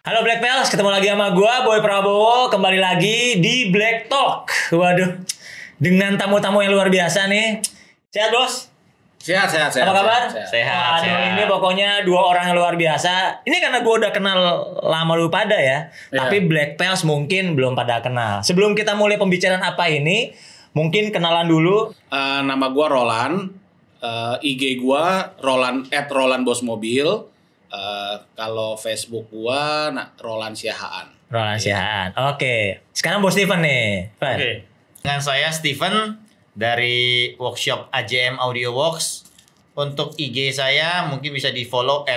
Halo Black Pals, ketemu lagi sama gua Boy Prabowo, kembali lagi di Black Talk. Waduh, dengan tamu-tamu yang luar biasa nih. Sehat bos? Sehat. Apa kabar? Sehat. Aduh, ini pokoknya dua orang yang luar biasa. Ini karena gua udah kenal lama lu pada ya. Tapi Black Pals mungkin belum pada kenal. Sebelum kita mulai pembicaraan apa ini, mungkin kenalan dulu. Nama gua Roland. IG gua Roland @RolandBosMobil. Kalau Facebook gua Roland Siahaan. Roland Siahaan. Oke. Sekarang Bos Steven nih. Oke. Dengan saya Steven dari workshop AJM Audio Works. Untuk IG saya mungkin bisa di follow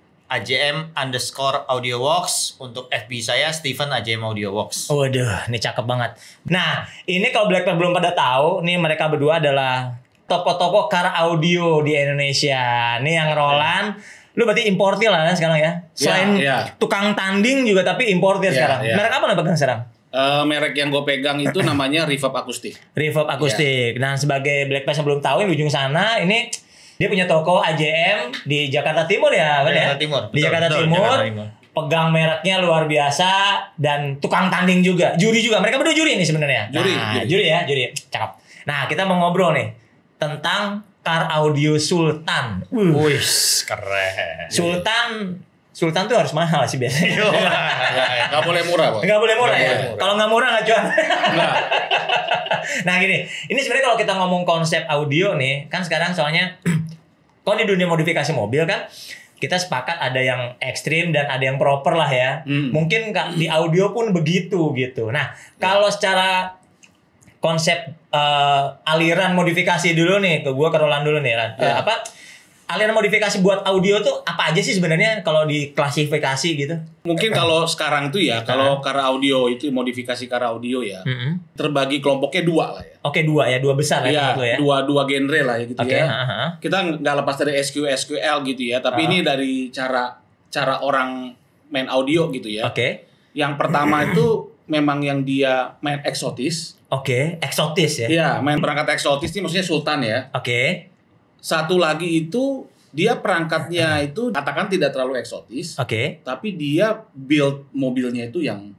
@AJM_AudioWorks. Untuk FB saya Steven AJM Audio Works. Waduh, ini cakep banget. Nah, ini kalau Black Pals belum pada tahu, nih mereka berdua adalah toko-toko car audio di Indonesia. Nih yang Roland, lu berarti importir lah kan sekarang ya? Selain tukang tanding juga tapi importir sekarang. Merek apa lo pegang sekarang? Merek yang gue pegang itu namanya Reverb Akustik. Reverb Akustik. Nah, sebagai Black Pals yang belum tahu, di ujung sana ini dia punya toko AJM di Jakarta Timur ya, Jakarta Timur. Di Jakarta Timur. Pegang mereknya luar biasa dan tukang tanding juga, juri juga. Mereka berdua juri nih sebenarnya. Juri. Cakep. Nah, kita mau ngobrol nih tentang car audio Sultan. Wih, keren. Sultan tuh harus mahal sih biasanya. Gak boleh murah, Bos. Gak boleh murah ya. Kalau nggak murah nggak cuan. Nah gini, ini sebenarnya kalau kita ngomong konsep audio nih, kan sekarang soalnya kalau di dunia modifikasi mobil kan kita sepakat ada yang ekstrim dan ada yang proper lah ya. Mungkin di audio pun begitu gitu. Nah kalau secara konsep aliran modifikasi dulu nih, ke Roland dulu nih, aliran modifikasi buat audio tuh apa aja sih sebenarnya kalau diklasifikasi gitu? Mungkin kalau sekarang tuh ya, kalau car audio itu modifikasi car audio ya, terbagi kelompoknya dua lah ya. Oke, dua besar ya. Dua genre lah ya gitu ya. Kita nggak lepas dari SQL gitu ya, tapi ini dari cara orang main audio gitu ya. Yang pertama itu memang yang dia main eksotis. Eksotis ya. Iya, main perangkat eksotis ini maksudnya Sultan ya. Satu lagi itu dia perangkatnya itu katakan tidak terlalu eksotis. Tapi dia build mobilnya itu yang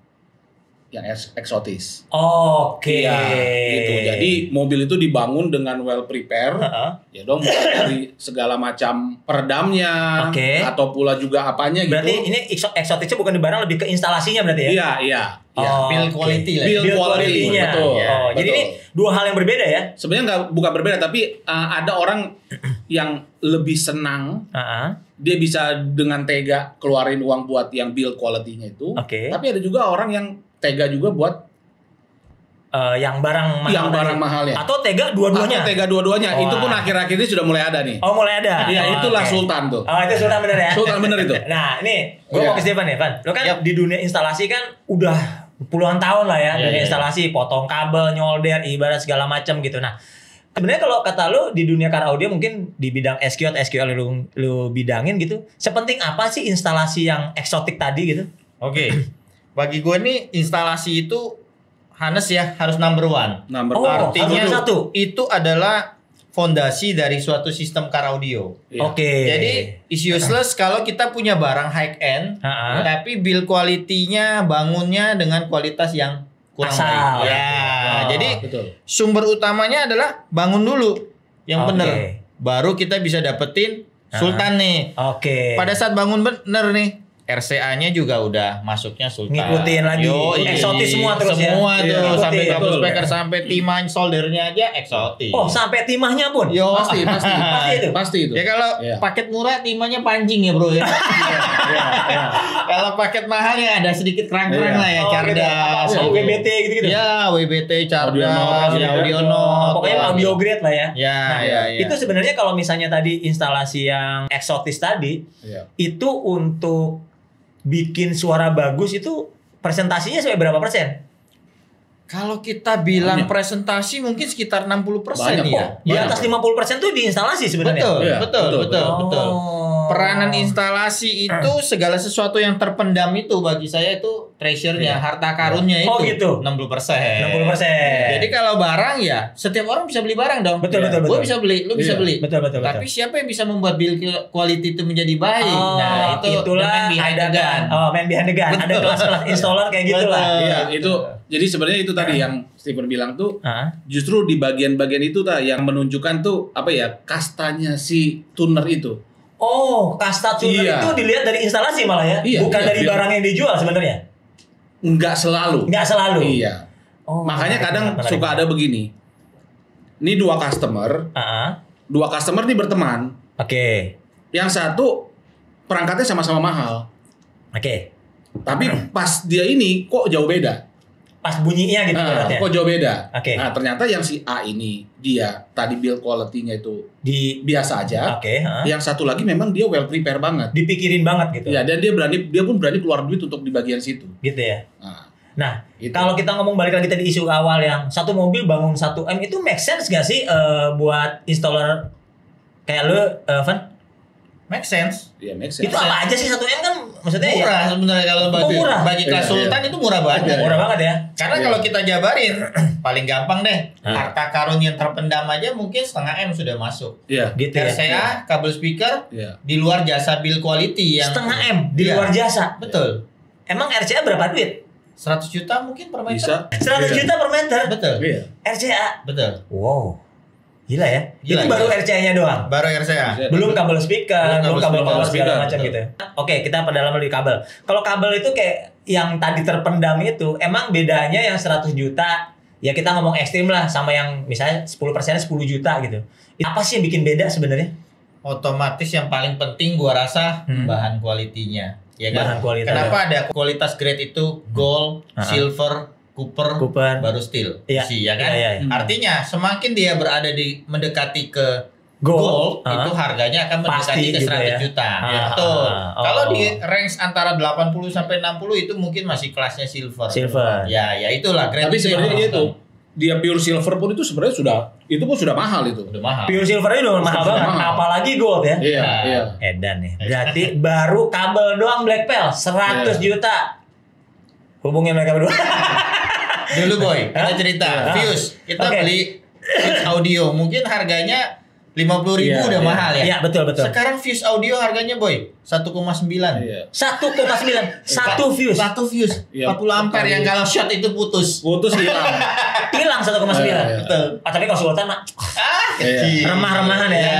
eksotis. Iya, gitu. Jadi mobil itu dibangun dengan well prepare. Ya dong, dari segala macam peredamnya atau pula juga apanya gitu. Berarti ini eksotisnya bukan di barang, lebih ke instalasinya berarti ya? Iya. Build quality lah. Build quality-nya. Betul. Jadi ini dua hal yang berbeda ya? Sebenarnya bukan berbeda, tapi ada orang yang lebih senang. Dia bisa dengan tega keluarin uang buat yang build quality-nya itu. Tapi ada juga orang yang tega juga buat yang barang mahal. Yang barang mahalnya. Atau tega dua-duanya. Itu pun akhir-akhir ini sudah mulai ada nih. Mulai ada. Iya, itulah Sultan tuh. Itu Sultan bener ya? Sultan bener itu. Nah, ini gue mau ke Steven ya, Van. Lo kan di dunia instalasi kan udah puluhan tahun lah ya, dunia instalasi, potong kabel, nyolder, ibarat segala macam gitu. Nah, sebenarnya kalau kata lu di dunia car audio mungkin di bidang SQL lu bidangin gitu. Sepenting apa sih instalasi yang eksotik tadi gitu? Bagi gue nih instalasi itu Hanes ya harus number one. Artinya itu adalah fondasi dari suatu sistem car audio. Jadi is useless kalau kita punya barang high end, tapi build quality-nya bangunnya dengan kualitas yang kurang baik. Jadi sumber utamanya adalah bangun dulu yang benar. Baru kita bisa dapetin Sultan nih. Pada saat bangun bener nih, RCA-nya juga udah masuknya Sultan. Ngikutin lagi. Eksotis semua terus semua ya. Tuh sampai double speaker, sampai timah soldernya aja eksotis. Sampai timahnya pun. Pasti itu. Ya kalau paket murah timahnya pancing ya, Bro ya. Kalau paket mahal ya ada sedikit kerang-kerang lah ya, Cardas. WBT gitu-gitu. Ya, WBT, Cardas, Audionote. Pokoknya audio grade lah ya. Ya. Itu sebenarnya kalau misalnya tadi instalasi yang eksotis tadi, itu untuk bikin suara bagus itu presentasinya sampai berapa persen? Kalau kita bilang presentasi mungkin sekitar 60% ya. Di atas 50% tuh di instalasi sebenarnya. Betul. Peranan instalasi itu segala sesuatu yang terpendam itu bagi saya itu treasure-nya, harta karunnya itu. Oh gitu. 60%. 60%. Jadi kalau barang ya setiap orang bisa beli barang dong. Betul. Gue bisa beli, lu bisa beli. Betul. Tapi siapa yang bisa membuat build quality itu menjadi baik? Nah, itulah man behind the gun. Man behind the gun. Ada kelas-kelas installer kayak gitu lah. Iya, itu. Jadi sebenarnya itu tadi yang Stephen bilang tuh, justru di bagian-bagian itu yang menunjukkan tuh apa ya, kastanya si tuner itu. Oh, kasta tuner itu dilihat dari instalasi malah ya, bukan dari barang yang dijual sebenarnya. Enggak selalu. Iya. Oh, makanya kadang suka ada begini. Ini dua customer nih berteman. Oke. Yang satu perangkatnya sama-sama mahal. Oke. Tapi pas dia ini kok jauh beda. Pas bunyinya gitu kok jauh beda. Oke. Nah, ternyata yang si A ini dia tadi build quality-nya itu biasa aja. Oke. Yang satu lagi memang dia well prepare banget. Dipikirin banget gitu. Ya, dan dia pun berani keluar duit untuk di bagian situ. Gitu ya. Nah, kalau kita ngomong balik lagi tadi isu awal yang satu mobil bangun 1M itu make sense gak sih buat installer kayak lu, Van? Make sense. Iya, make sense. Itu apa aja sih 1M kan maksudnya murah sebenarnya kalau bagi konsultan itu murah banget. Murah banget ya. Karena kalau kita jabarin paling gampang deh. Harta karun yang terpendam aja mungkin 0,5 M sudah masuk. Iya. Gitu RCA, kabel speaker, di luar jasa build quality yang 0,5 M di luar jasa. Betul. Emang RCA berapa duit? 100 juta mungkin per meter. Bisa. 100 juta per meter. Betul. Iya. RCA. Betul. Wow. Gila ya. Itu baru RCA-nya doang. Baru RCA. Belum kabel speaker, belum kabel segala macam gitu. Oke, kita perdalam dulu kabel. Kalau kabel itu kayak yang tadi terpendam itu, emang bedanya yang 100 juta, ya kita ngomong ekstrim lah, sama yang misalnya 10%-nya 10 juta gitu. Apa sih yang bikin beda sebenarnya? Otomatis yang paling penting gua rasa bahan kualitinya. Ya kan? Kenapa ada kualitas grade itu gold, silver, copper, baru steel. Iya kan? Iya. Artinya semakin dia berada di mendekati ke gold itu harganya akan mendekati ke 100 juta. Betul. Kalau di range antara 80 sampai 60 itu mungkin masih kelasnya silver. Ya itulah grade. Tapi sebenarnya itu dia pure silver pun itu sebenarnya sudah mahal itu. Udah mahal. Pure silver itu udah mahal banget. Apalagi gold ya. Iya. Edan nih. Berarti baru kabel doang Blackpel 100 juta. Hubungi mereka berdua. Dulu Boy, kita cerita Fuse. Kita beli Fuse audio, mungkin harganya 50.000 udah mahal ya. Iya, betul. Sekarang Fuse audio harganya Boy 1,9. 1,9. Satu Fuse. 40 ampere yang kalau shot itu putus hilang. Hilang 1,9. Betul. Tapi kalau sultan mah remah-remahan ya.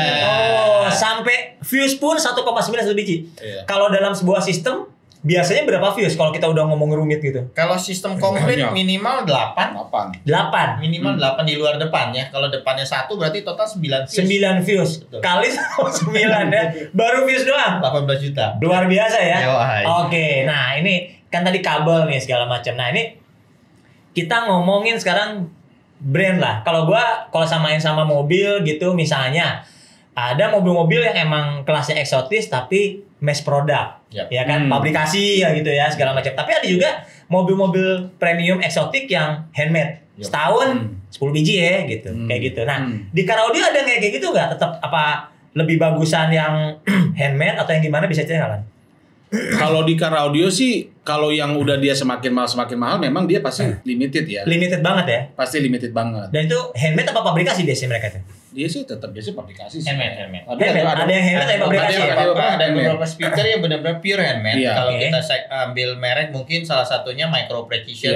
Sampai Fuse pun 1,9 satu biji. Kalau dalam sebuah sistem biasanya berapa fuse kalau kita udah ngomong rumit gitu? Kalau sistem komplit minimal 8. Minimal 8 di luar depan ya. Kalau depannya 1 berarti total 9 fuse. 9 fuse. Betul. Kali 9 ya. Baru fuse doang. 18 juta. Luar biasa ya. Oke. Nah, ini kan tadi kabel nih segala macam. Nah, ini kita ngomongin sekarang brand lah. Kalau samain sama mobil gitu misalnya, ada mobil-mobil yang emang kelasnya eksotis tapi mass product. Ya kan, pabrikasi ya gitu ya segala macam. Tapi ada juga mobil-mobil premium eksotik yang handmade. Setahun 10 biji ya gitu. Kayak gitu. Nah, di car audio ada kayak gitu nggak? Tetap apa lebih bagusan yang handmade atau yang gimana, bisa cerita kan? Kalau di car audio sih, kalau yang udah dia semakin mahal memang dia pasti limited ya. Limited banget ya? Pasti limited banget. Dan itu handmade apa pabrikasi biasanya mereka itu? Dia sih tetap biasa pabrikasi sih. Handmade. Ada yang handmade tapi pabrikasi. Ada beberapa speaker yang benar-benar pure handmade. Kalau kita ambil merek mungkin salah satunya Micro Precision,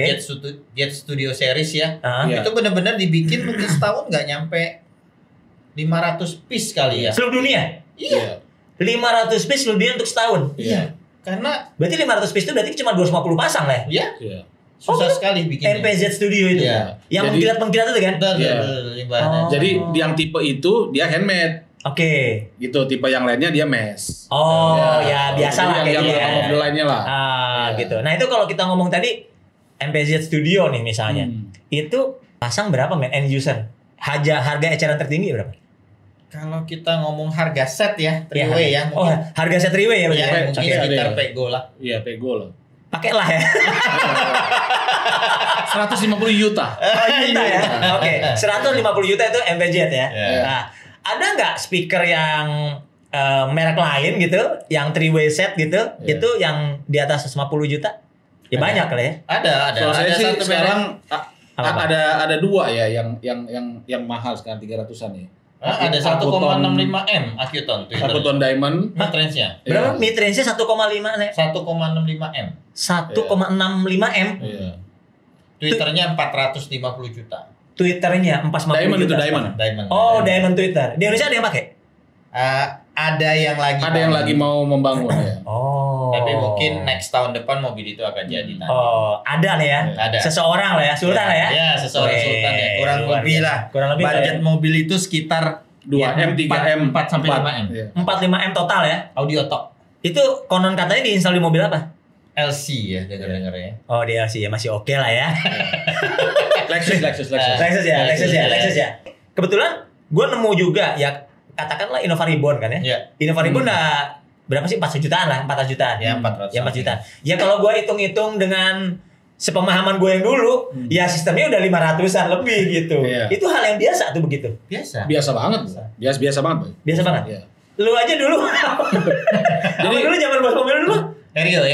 Jet Studio Series ya. Itu benar-benar dibikin mungkin setahun nggak nyampe 500 piece kali ya. Seluruh dunia? Iya. 500 piece seluruh dunia untuk setahun? Iya. Karena berarti 500 piece itu berarti cuma 250 pasang lah ya? Iya. Susah sekali bikinnya. MPZ Studio itu. Yang mengkilat-mengkilat itu kan? Jadi yang tipe itu dia handmade. Oke. Gitu, tipe yang lainnya dia mesh. Biasa lah kayak gitu ya. Yang lainnya lah. Gitu. Nah, itu kalau kita ngomong tadi MPZ Studio nih misalnya. Itu pasang berapa men end user? Harga eceran tertinggi berapa? Kalau kita ngomong harga set ya, 3-way ya. Mungkin, harga set 3-way ya? Mungkin sekitar Pego lah. Iya, Pego lah. Pakai lah ya. 150 juta. Juta ya. Oke, 150 juta itu MPZ ya. Nah, ada nggak speaker yang merek lain gitu, yang 3-way set gitu, itu yang di atas 50 juta? Ya banyak lah ya. Ada. Kalau saya sih satu sekarang ada 2 ya yang mahal sekarang 300-an ya. Ada 1,65 M Akuton Akuton Diamond. Mid-range-nya. Berapa? Mid-range-nya 1,5 nih. 1,65 M. 1,65 M. Iya. Twitternya 450 juta. Twitternya 450 Diamond juta. itu Diamond. Oh, Diamond Twitter. Di Indonesia ada yang pakai? Ada yang lagi mau membangun ya. Oh. Tapi mungkin next tahun depan mobil itu akan jadi nanti. Oh, ada lah ya. Ada. Seseorang lah ya, sultan lah ya. Ya, seseorang sultan ya. Kurang lebih lah. Budget mobil itu sekitar 2M, 3M, 4 sampai 5M. 4-5M total ya. Audio talk. Itu konon katanya diinstal di mobil apa? LC ya, dengar-dengar ya. Oh, di LC ya, masih oke lah ya. Lexus ya. Kebetulan gue nemu juga ya, katakanlah Innova Reborn kan ya. Iya. Innova Reborn udah berapa sih? 400 jutaan lah, 400 jutaan. Ya, 400. Ya 4 jutaan. Ya kalau gue hitung-hitung dengan sepemahaman gue yang dulu, ya sistemnya udah 500-an lebih gitu. Iya. Itu hal yang biasa tuh begitu. Biasa banget. Biasa banget, Boy. Biasa banget. Iya. Lu aja dulu. Jadi dulu zaman bos mobil dulu. Ario.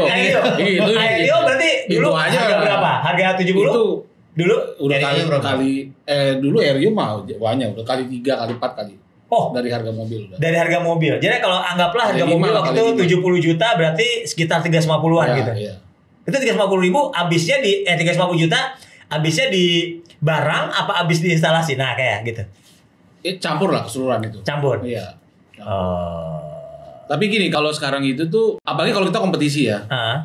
Ario berarti dulu itu aja harga berapa? Harga 70? Itu dulu udah dulu Ario mah banyak, udah kali 3, kali 4 kali. Oh, dari harga mobil udah. Dari harga mobil. Jadi kalau anggaplah harga kali mobil 5, waktu kali itu 70 juta berarti sekitar 350-an Ya, gitu. iya. Itu 350.000 habisnya di 350 juta habisnya di barang apa habis di instalasi. Nah, kayak gitu. Campur lah keseluruhan itu. Campur. Iya. Oh. Tapi gini, kalau sekarang itu tuh apalagi kalau kita kompetisi ya.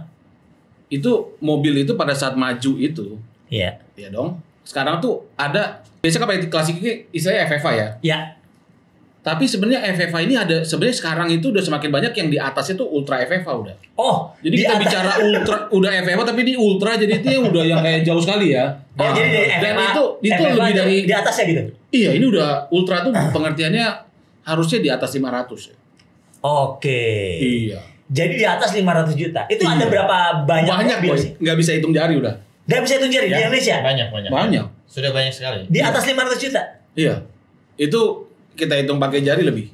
Itu mobil itu pada saat maju itu. Iya. Iya dong. Sekarang tuh ada biasanya kan klasik ini istilahnya FFA ya. Iya. Tapi sebenarnya FFA ini ada sebenarnya sekarang itu udah semakin banyak yang di atasnya tuh ultra FFA udah. Oh, jadi kita bicara ultra udah FFA tapi ini ultra jadi itu udah yang kayak jauh sekali ya. Oh, jadi dan FFA, itu FFA lebih dari di atasnya gitu. Iya, ini udah ultra tuh pengertiannya harusnya di atas 500 ya. Oke. Iya. Jadi di atas 500 juta. Itu ada berapa banyak mobil sih? Nggak bisa hitung jari udah. Nggak bisa hitung jari di Indonesia? Banyak. Sudah banyak sekali. Di atas 500 juta? Iya. Itu kita hitung pakai jari lebih.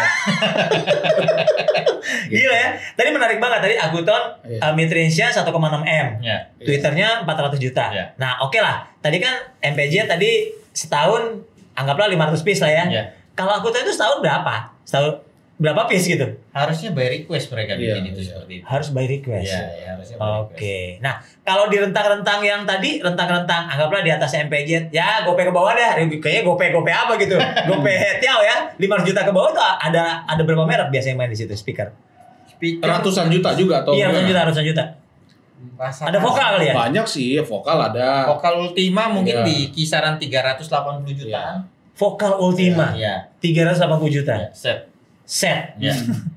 Gila ya. Tadi menarik banget tadi Akuton mid-range-nya 1,6 M. Twitternya 400 juta. Nah, oke lah. Tadi kan MPJ tadi setahun anggaplah 500 piece lah ya. Kalau Akuton itu setahun berapa? Setahun berapa piece gitu? Harusnya by request mereka bikin itu seperti itu. Harus by request. Iya, harusnya by request. Oke. Nah, kalau di rentang-rentang yang tadi, rentang-rentang anggaplah di atas MPJ, ya GoPay ke bawah dah. Kayaknya GoPay apa gitu. GoPay Hetiao ya, 500 juta ke bawah tuh ada berapa merek biasanya main di situ speaker? Ratusan juta juga atau? Iya, ratusan juta. Ada vokal kali ya? Banyak sih, vokal ada. Vokal Ultima mungkin di kisaran 380 jutaan. Vokal Ultima. Iya. 380 juta. Set. Ya.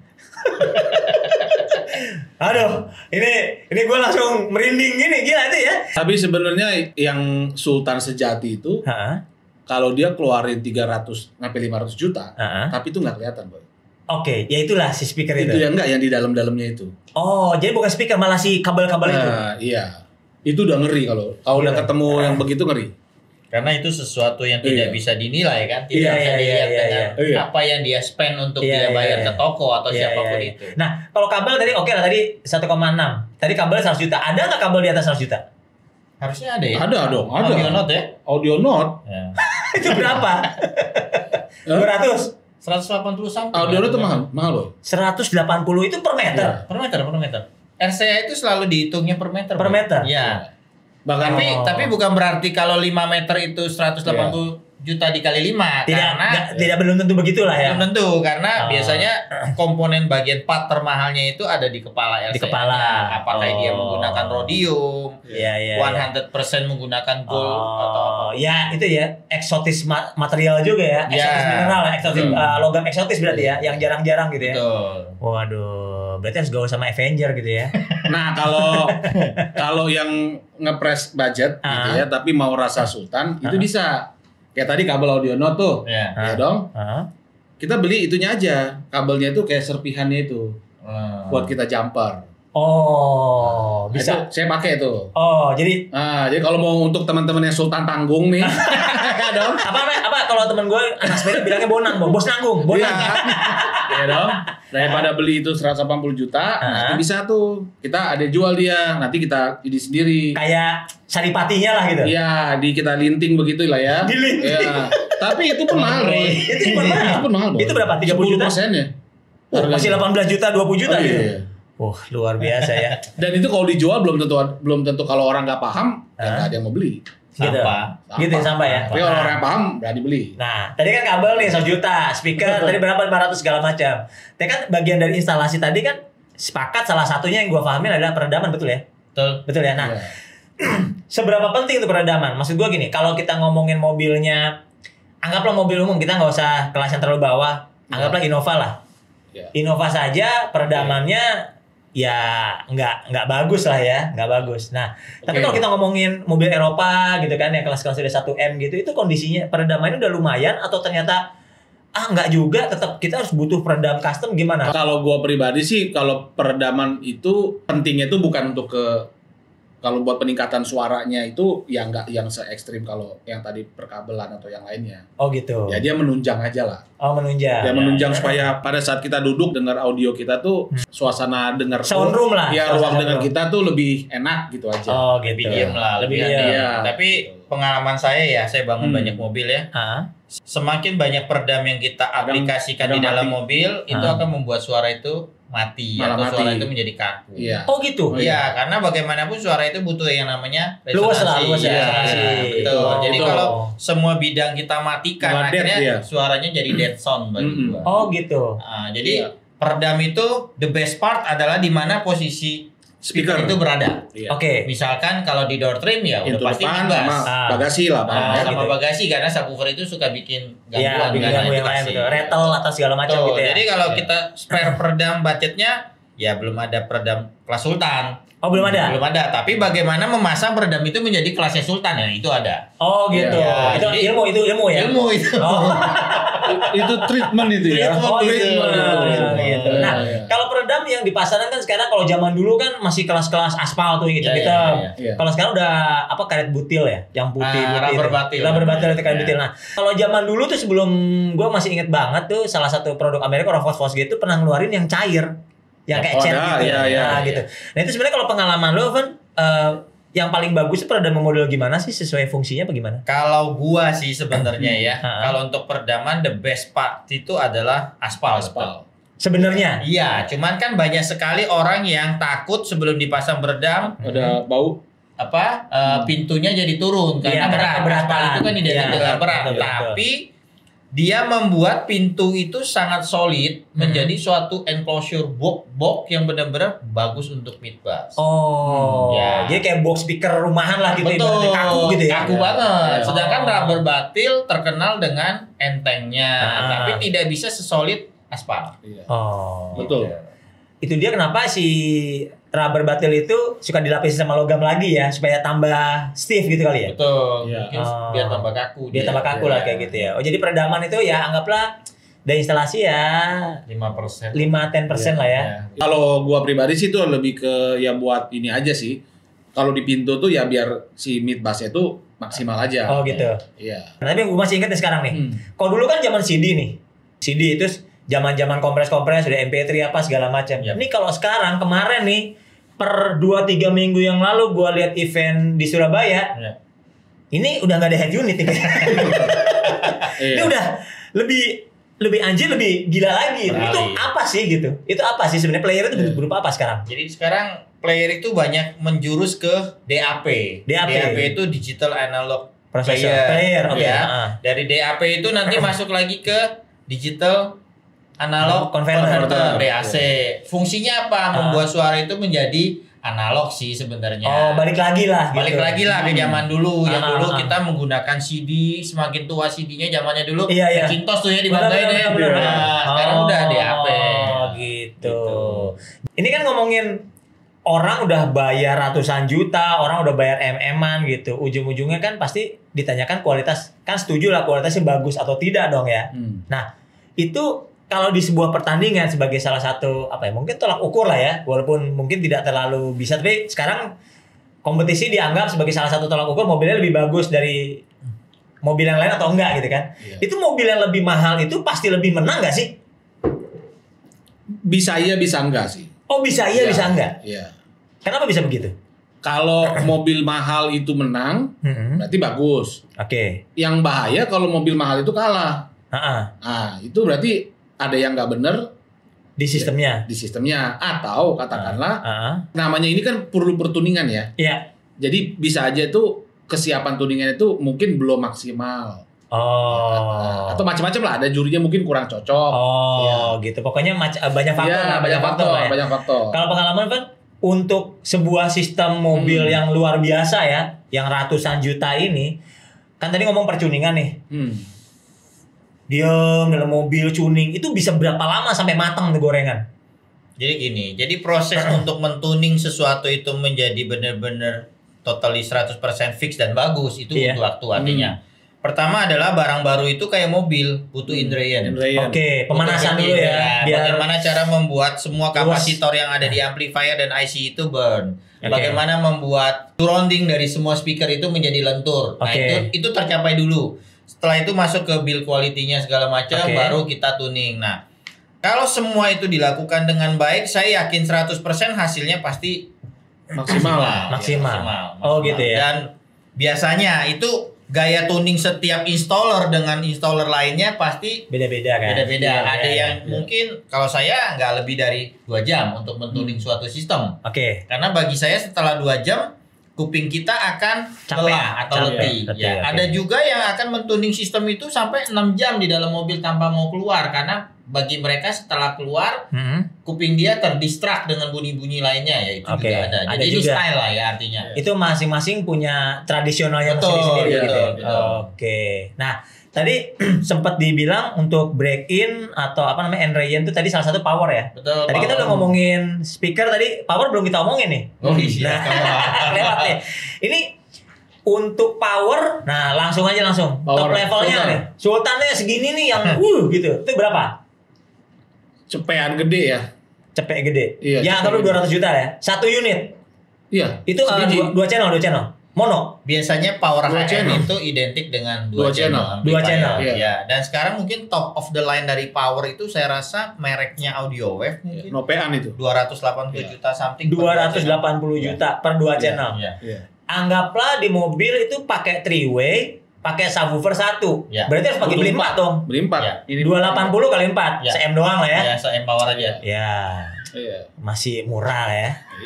Aduh, ini gue langsung merinding gini, gila itu ya. Tapi sebenarnya yang sultan sejati itu, kalau dia keluarin 300 sampai 500 juta, tapi itu nggak kelihatan, Boy. Oke, ya itulah si speaker itu. Itu yang enggak yang di dalamnya itu. Oh, jadi bukan speaker malah si kabel-kabel itu. Iya. Itu udah ngeri kalau udah ketemu yang begitu ngeri. Karena itu sesuatu yang tidak bisa dinilai kan, tidak bisa dilihat dengan apa yang dia spend untuk dia bayar ke toko atau siapapun itu. Nah, kalau kabel tadi oke lah tadi 1,6. Tadi kabel 100 juta. Ada nggak kabel di atas 100 juta? Harusnya ada ya. Ada dong, ada. Audio note ya. Audio note. Ya. Itu berapa? 200. 180 sampai. Audio note itu mahal Boy. 180 itu per meter. Per meter. RCA itu selalu dihitungnya per meter. Per meter. Iya. Bahkan tapi bukan berarti kalau 5 meter itu 180 juta dikali 5. Tidak belum tentu begitulah ya. Belum tentu karena biasanya komponen bagian part termahalnya itu ada di kepala RCA. Di kepala. Apakah dia menggunakan rhodium, 100% menggunakan gold atau apa. Ya itu ya eksotis material juga ya. Eksotis mineral, eksotis logam eksotis berarti ya, yang jarang-jarang gitu ya. Betul. Waduh, berarti harus gaul sama Avenger gitu ya. Nah, kalau yang ngepres budget gitu ya, tapi mau rasa sultan itu bisa. Kayak tadi kabel audio note tuh. Ya dong. Kita beli itunya aja. Kabelnya itu kayak serpihannya itu. Buat kita jumper. Oh, bisa. Itu saya pakai tuh. Oh, jadi jadi kalau mau untuk teman-teman yang sultan tanggung nih. dong. Apa kalau teman gue anak sepeda bilangnya bonang, Bos nanggung, bonang. Iya dong. Daripada beli itu 180 juta, nanti bisa tuh kita ada jual dia, nanti kita ini sendiri. Kayak saripatinya lah gitu. Iya, kita linting begitu lah ya. Dilinting. Ya. Tapi itu pun mahal. Itu pun mahal. Itu berapa? 30 juta? 10% ya. Masih 18 juta, 20 juta gitu. Iya. Luar biasa ya. Dan itu kalau dijual belum tentu kalau orang nggak paham, ya nggak ada yang mau beli. Sampah. Gitu ya, sampah ya. Tapi kalau orang yang paham berani beli. Nah, tadi kan kabel nih 1 juta, speaker tadi berapa 500 segala macam. Tapi kan bagian dari instalasi tadi kan sepakat salah satunya yang gua pahamin adalah peredaman, betul ya? Betul ya. Nah, seberapa penting itu peredaman? Maksud gua gini, kalau kita ngomongin mobilnya, anggaplah mobil umum, kita nggak usah kelas yang terlalu bawah, anggaplah Innova lah. Innova saja peredamannya ya nggak bagus lah ya, nggak bagus. Nah, tapi kalau kita ngomongin mobil Eropa gitu kan, yang kelas-kelas udah 1M gitu, itu kondisinya peredamannya udah lumayan atau ternyata nggak juga, tetap kita harus butuh peredam custom gimana? Kalau gua pribadi sih, kalau peredaman itu pentingnya itu bukan untuk kalau buat peningkatan suaranya itu ya nggak yang se ekstrim kalau yang tadi perkabelan atau yang lainnya. Oh gitu. Ya dia menunjang aja lah. Oh menunjang. Dia menunjang supaya pada saat kita duduk dengar audio kita tuh suasana dengar soundroom lah. Ya ruang dengar kita tuh lebih enak gitu aja. Oh gitu. Lebih diem lah. Lebih diem. Tapi pengalaman saya bangun banyak mobil ya. Semakin banyak peredam yang kita aplikasikan di dalam mobil, itu akan membuat suara itu mati atau suara itu menjadi kaku. Iya. Oh gitu. Iya, karena bagaimanapun suara itu butuh yang namanya luas resonansi. Gitu. Jadi gitu. kalau semua bidang kita matikan, akhirnya suaranya jadi dead sound bagi gua. Oh gitu. Jadi peredam itu the best part adalah di mana posisi speaker itu berada. Oke. Misalkan kalau di door trim ya udah pasti depan bass. sama bagasi lah, sama bagasi karena subwoofer itu suka bikin gangguan yang lain betul. Rattle atau segala macam gitu ya. Jadi kalau kita spare peredam budgetnya ya belum ada peredam kelas Sultan. Oh belum ada? Belum ada, tapi bagaimana memasang peredam itu menjadi kelasnya Sultan ya itu ada. Oh gitu. Ya, itu ilmu ya? Ilmu itu. Itu treatment itu ya. Gitu. Nah, kalau peredam yang dipasarkan kan sekarang, kalau zaman dulu kan masih kelas-kelas aspal tuh gitu. Kalau sekarang udah karet butil ya, yang putih rubber batil itu karet butil. Nah, kalau zaman dulu tuh sebelum gua masih inget banget tuh salah satu produk Amerika Rofos gitu pernah ngeluarin yang cair. Yang kayak cat gitu. Gitu. Nah, itu sebenarnya kalau pengalaman lo kan yang paling bagus peredam model gimana sih, sesuai fungsinya apa gimana? Kalau gua sih sebenarnya ya, kalau untuk peredaman the best part itu adalah aspal. Sebenarnya? Iya, cuman kan banyak sekali orang yang takut sebelum dipasang peredam ada bau pintunya jadi turun karena berat. Aspal itu kan identik dengan berat. Tapi dia membuat pintu itu sangat solid menjadi suatu enclosure box yang benar-benar bagus untuk mid bass. Jadi kayak box speaker rumahan lah gitu. Betul, kaku gitu ya. Kaku banget. Sedangkan rubber batil terkenal dengan entengnya, tapi tidak bisa sesolid aspal. Betul. Itu dia kenapa si rubber batil itu suka dilapisi sama logam lagi ya, supaya tambah stiff gitu kali ya. Betul. Mungkin biar tambah kaku. Biar tambah kaku lah kayak gitu ya. Jadi peredaman itu ya anggaplah dari instalasi ya 5-10% lah ya. Kalau gua pribadi sih tuh lebih ke ya buat ini aja sih. Kalau di pintu tuh ya biar si mid bass itu maksimal aja. Oh gitu. Iya. Nah, tapi gua masih ingat nih sekarang nih. Kalau dulu kan zaman CD nih. CD itu zaman-zaman kompres udah MP3 apa segala macam. Ini kalau sekarang kemarin nih per 2-3 minggu yang lalu gua lihat event di Surabaya. Ini udah nggak ada head unit nih. Ini udah lebih anjir, lebih gila lagi. Itu apa sih gitu? Itu apa sih sebenarnya, player itu berupa apa sekarang? Jadi sekarang player itu banyak menjurus ke DAP. DAP itu digital analog player. Dari DAP itu nanti masuk lagi ke digital analog converter DAC. Fungsinya apa? Membuat suara itu menjadi analog sih sebenarnya. Balik lagi lah ke zaman dulu. Yang dulu kita menggunakan CD, semakin tua CD-nya zamannya dulu Macintosh tuh ya dibanggain ya. Sekarang udah DAP. Gitu. Ini kan ngomongin orang udah bayar ratusan juta, orang udah bayar MM-an gitu. Ujung-ujungnya kan pasti ditanyakan kualitas. Kan setuju lah kualitasnya bagus atau tidak dong ya. Nah, itu kalau di sebuah pertandingan sebagai salah satu mungkin tolak ukur lah ya, walaupun mungkin tidak terlalu bisa, tapi sekarang kompetisi dianggap sebagai salah satu tolak ukur mobilnya lebih bagus dari mobil yang lain atau enggak gitu kan. Itu mobil yang lebih mahal itu pasti lebih menang nggak sih? Bisa iya bisa enggak sih. Oh bisa iya bisa enggak? Iya. Kenapa bisa begitu? Kalau mobil mahal itu menang, berarti bagus. Oke. Yang bahaya kalau mobil mahal itu kalah. Nah, itu berarti ada yang nggak bener di sistemnya. Di sistemnya. Atau katakanlah, namanya ini kan perlu pertuningan ya. Iya. Jadi bisa aja tuh kesiapan tuningan itu mungkin belum maksimal. Oh. Atau macam-macam lah. Ada jurinya mungkin kurang cocok. Oh, gitu. Pokoknya banyak faktor. Ya, banyak faktor. Kalau pengalaman kan untuk sebuah sistem mobil yang luar biasa ya, yang ratusan juta ini, kan tadi ngomong pertuningan nih. Diam dalam mobil tuning itu bisa berapa lama sampai matang nih gorengan? Jadi gini, jadi proses untuk mentuning sesuatu itu menjadi benar-benar totally 100% fix dan bagus itu butuh waktu artinya. Pertama adalah barang baru itu kayak mobil, butuh indrayan. Oke, pemanasan dulu ya. Bagaimana cara membuat semua kapasitor yang ada di amplifier dan IC itu burn. Bagaimana membuat surrounding dari semua speaker itu menjadi lentur. Nah, itu tercapai dulu. Setelah itu masuk ke build quality-nya segala macam, baru kita tuning. Nah, kalau semua itu dilakukan dengan baik, saya yakin 100% hasilnya pasti maksimal. Oh gitu ya. Dan biasanya itu gaya tuning setiap installer dengan installer lainnya pasti beda-beda kan. Beda-beda. Ada yang mungkin kalau saya nggak lebih dari 2 jam untuk mentuning suatu sistem. Karena bagi saya setelah 2 jam kuping kita akan lelah atau letih. Ada juga yang akan mentuning sistem itu sampai 6 jam di dalam mobil tanpa mau keluar karena bagi mereka setelah keluar kuping dia terdistract dengan bunyi-bunyi lainnya ya itu juga ada. Jadi ini style lah ya artinya. Itu masing-masing punya tradisionalnya sendiri-sendiri gitu. Oke. Nah, tadi sempat dibilang untuk break in atau apa namanya enrayen itu tadi salah satu power ya. Betul. Tadi kita udah ngomongin speaker tadi, power belum kita omongin nih. Oh iya. Lewat nih. Ini untuk power, nah langsung top levelnya nih. Sultannya segini nih yang gitu. Itu berapa? Cepean gede ya. Cepet gede. Iya, ya anggap lu 200 juta ya. 1 unit. Iya. Itu 2 channel. Mono. Biasanya power HM itu identik dengan 2 channel. 2 channel. Ya, dan sekarang mungkin top of the line dari power itu saya rasa mereknya Audiowave mungkin. Nopean itu. 280 juta something. 280 juta per 2 channel. Anggaplah di mobil itu pakai 3-way, pakai subwoofer 1. Berarti harus pakai beli 4 dong. Beli 4. Ya. 280 kali 4. Se-M doang lah ya. Ya, se-M power aja. Ya. Masih murah ya.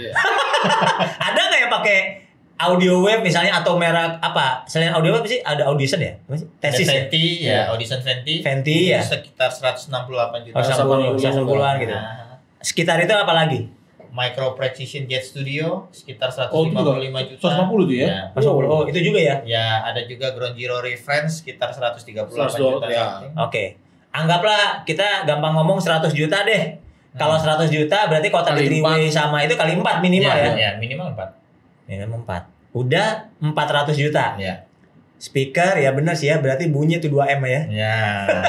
Ada nggak yang pakai Audiowave misalnya atau merek apa? Selain Audiowave sih ada Audition ya? Tesis Venti ya, Audition Venti. Venti ya. Sekitar 168 juta. 160-an gitu. Sekitar itu apa lagi? Micro Precision Jet Studio sekitar 155 juta. 150 tuh ya? Oh, itu juga ya? Ya, ada juga Ground Zero Reference sekitar 138 juta. Oke. Anggaplah kita gampang ngomong 100 juta deh. Kalau 100 juta berarti kalau tadi 3-way sama itu kali 4 minimal ya? Ya, minimal 4. Minimum 4. Udah 400 juta. Ya. Speaker ya benar sih ya, berarti bunyi itu 2M ya. Ya.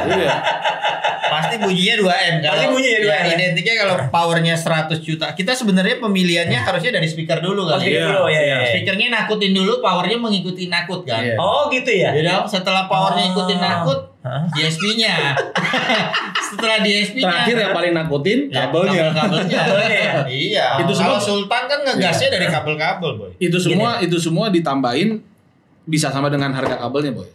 Pasti bunyinya 2M. Pasti bunyinya 2M. Ya, identiknya kalau powernya 100 juta. Kita sebenarnya pemilihannya harusnya dari speaker dulu kan. Speakernya nakutin dulu, powernya mengikuti nakut kan. Oh gitu ya. Jadi setelah powernya ikutin nakut, DSP-nya. Setelah DSP-nya. Terakhir yang paling nakutin kabelnya. Kabelnya. Iya. Itu semua Sultan kan ngegasnya dari kabel-kabel, boy. Itu semua ditambahin bisa sama dengan harga kabelnya, boy.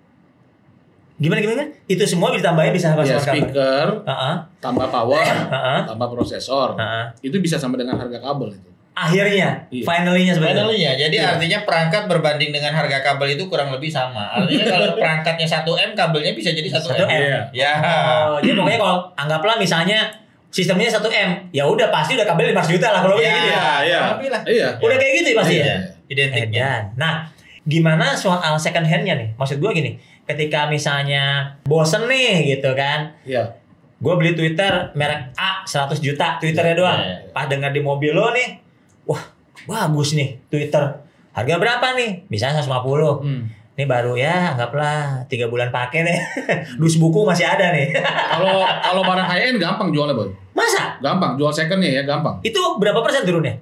Gimana? Itu semua ditambahin bisa sama speaker, tambah power, tambah prosesor. Itu bisa sama dengan harga kabel itu. Akhirnya, finally-nya sebenarnya. Finally-nya. Jadi artinya perangkat berbanding dengan harga kabel itu kurang lebih sama. Artinya kalau perangkatnya 1M, kabelnya bisa jadi 1M. Ya. Jadi pokoknya kalau anggaplah misalnya sistemnya 1M, ya udah pasti udah kabel 500 juta lah kalau kayak gitu ya. Iya. Udah kayak gitu ya pasti ya. Identiknya. Nah, gimana soal second hand-nya nih? Maksud gue gini, ketika misalnya bosen nih gitu kan. Iya. Gue beli Twitter merek A 100 juta Twitternya doang. Pas denger di mobil lo nih, wah bagus nih Twitter. Harga berapa nih? Misalnya 150. Ini baru ya anggaplah 3 bulan pakai deh. Dus buku masih ada nih. Kalau barang high-end gampang jualnya, boy. Masa? Gampang, jual secondnya ya gampang. Itu berapa persen turunnya?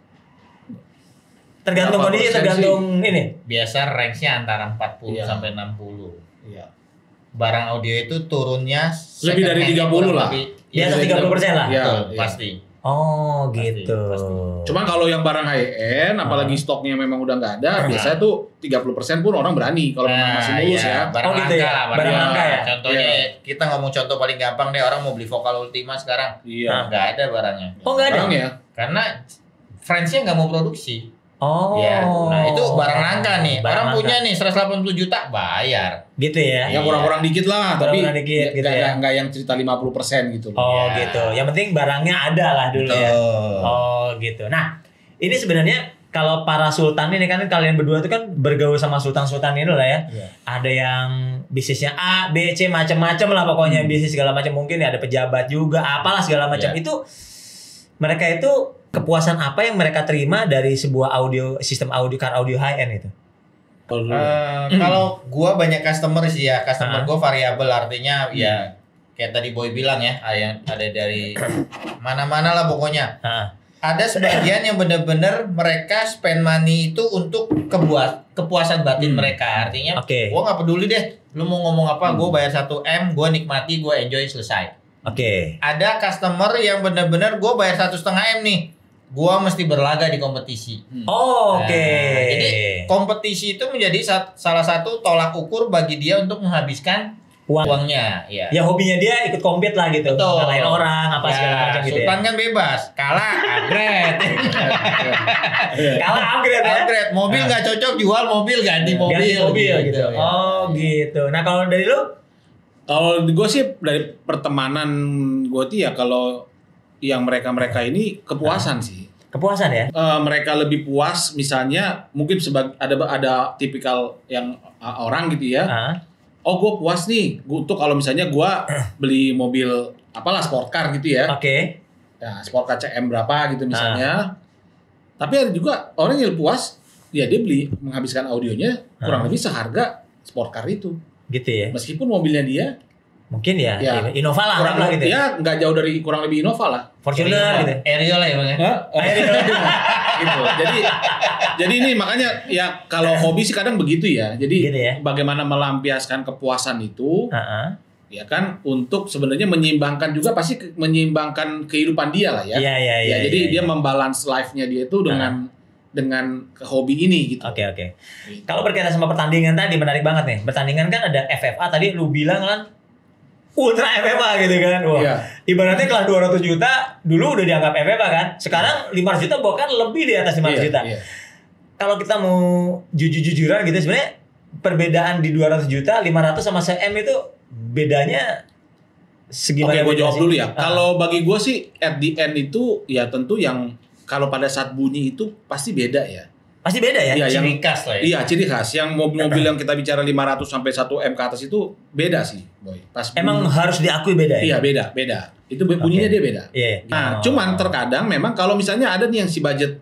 Tergantung kondisi, tergantung ini. Biasa range-nya antara 40 sampai 60. Iya. barang audio itu turunnya lebih dari 30 lah. Di atas 30% lah. Betul, pasti. Oh gitu. Pasti. Cuman kalau yang barang high end, apalagi stoknya memang udah nggak ada, biasanya tuh 30% pun orang berani kalau memang masih mulus ya. Barang langka gitu ya? lah, barang langka ya. Contohnya kita ngomong contoh paling gampang deh, orang mau beli Vokal Ultima sekarang, nggak ada barangnya. Oh nggak ada ya? Karena friends-nya nggak mau produksi. Oh. Ya, nah itu barang langka nih. Barang Orang langka. punya nih 180 juta bayar. Gitu ya. Ya kurang-kurang dikit lah, tapi dikit, gitu ya. nggak yang cerita 50% gitu. Oh gitu. Yang penting barangnya ada lah dulu ya. Oh gitu. Nah ini sebenarnya kalau para sultan ini kan kalian berdua itu kan bergaul sama sultan-sultan ini lah ya. Ada yang bisnisnya A, B, C macam-macam lah pokoknya bisnis segala macam, mungkin ya ada pejabat juga, apalah segala macam. Itu mereka itu kepuasan apa yang mereka terima dari sebuah sistem audio car audio high end itu? Kalau gua banyak customer sih ya, customer gua variabel, artinya ya kayak tadi Boy bilang ya, ada dari mana-mana lah pokoknya. Ada sebagian yang benar-benar mereka spend money itu untuk kepuasan batin mereka. Artinya gua nggak peduli deh lu mau ngomong apa, gua bayar 1M, gua nikmati, gua enjoy, selesai. Ada customer yang benar-benar gua bayar 1,5M nih, gua mesti berlaga di kompetisi. Jadi kompetisi itu menjadi salah satu tolak ukur bagi dia untuk menghabiskan uangnya. Ya hobinya dia ikut compete lah gitu. Ngalahin orang apa segala macam gitu. Sultan kan bebas, kalah upgrade. Kalah upgrade. Mobil nggak cocok, jual mobil, ganti mobil gitu. Oh gitu. Nah kalau dari lu? Kalau gue sih dari pertemanan gue tuh ya, kalau yang mereka ini kepuasan sih. Kepuasan ya? Mereka lebih puas misalnya mungkin ada tipikal yang orang gitu ya. Oh gue puas nih untuk kalau misalnya gue beli mobil apalah sport car gitu ya. Ya sport car CM berapa gitu misalnya. Tapi ada juga orang yang puas ya dia beli menghabiskan audionya kurang lebih seharga sport car itu. Gitu ya. Meskipun mobilnya dia mungkin ya Innova lah kurang gitu ya, nggak jauh dari kurang lebih Innova lah, Fortuner gitu, Ariel lah ya bang ya. Gitu. Jadi ini makanya ya kalau hobi sih kadang begitu ya. Jadi gitu ya? Bagaimana melampiaskan kepuasan itu, ya kan, untuk sebenarnya menyeimbangkan juga, pasti menyeimbangkan kehidupan dia lah ya. Jadi dia membalance life-nya dia itu dengan hobi ini gitu. Oke. Gitu. Kalau berkaitan sama pertandingan tadi menarik banget nih. Pertandingan kan ada FFA tadi lu bilang kan ultra FFA gitu kan. Wah. Ibaratnya kelas 200 juta dulu udah dianggap FFA kan. Sekarang 500 juta bahkan lebih di atas 500 juta. Kalau kita mau jujur-jujuran gitu, sebenarnya perbedaan di 200 juta, 500 sama CM itu bedanya segimana? Oke, gue jawab dulu ya. Kalau bagi gue sih at the end itu ya tentu yang kalau pada saat bunyi itu pasti beda ya. Pasti beda ya? Iya, ciri khas lah ya. Iya, ciri khas. Yang mobil-mobil yang kita bicara 500 sampai 1M ke atas itu beda sih, Boy. Pas emang harus diakui beda ya? Iya, beda. Itu bunyinya dia beda. Nah, cuman terkadang memang kalau misalnya ada nih yang si budget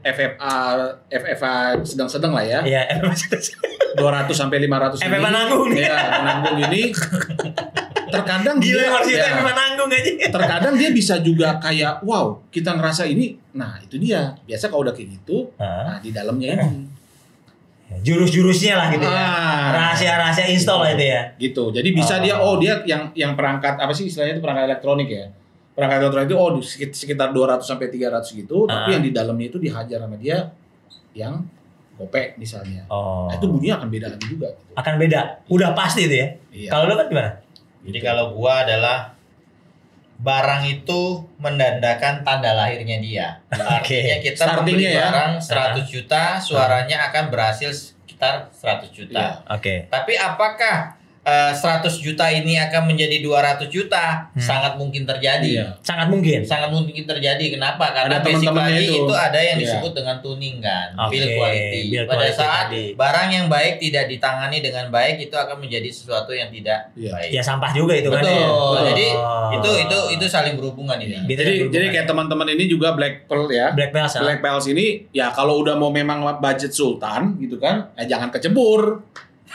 FFA sedang-sedang lah ya. Iya, 200 sampai 500 FFA nanggung. Iya, nanggung ini. Terkadang nanggung aja. Terkadang dia bisa juga kayak wow, kita ngerasa ini. Nah, itu dia. Biasa kalau udah kayak gitu, nah di dalamnya ini jurus-jurusnya lah gitu ya. Rahasia-rahasia install lah itu ya. Gitu. Jadi bisa dia yang perangkat apa sih istilahnya itu, perangkat elektronik ya. Perangkat elektronik itu sekitar 200 sampai 300 gitu, tapi yang di dalamnya itu dihajar sama dia yang gope misalnya. Nah, itu bunyinya akan beda lagi juga gitu. Akan beda. Udah pasti itu ya. Kalau lu kan gimana? Jadi kalau gua adalah barang itu mendandakan tanda lahirnya dia. Artinya kita membeli barang 100 juta, suaranya akan berhasil sekitar 100 juta. Tapi apakah 100 juta ini akan menjadi 200 juta? Sangat mungkin terjadi. Sangat mungkin terjadi. Kenapa? Karena basic lagi itu ada yang disebut dengan tuning kan, build quality. Pada saat barang yang baik tidak ditangani dengan baik, itu akan menjadi sesuatu yang tidak baik. Ya sampah juga itu kan. Betul. Jadi itu saling berhubungan ini. Jadi kayak teman-teman ini juga Black Pearl ya. Black Pearls ini ya kalau udah mau memang budget sultan gitu kan, jangan kecebur.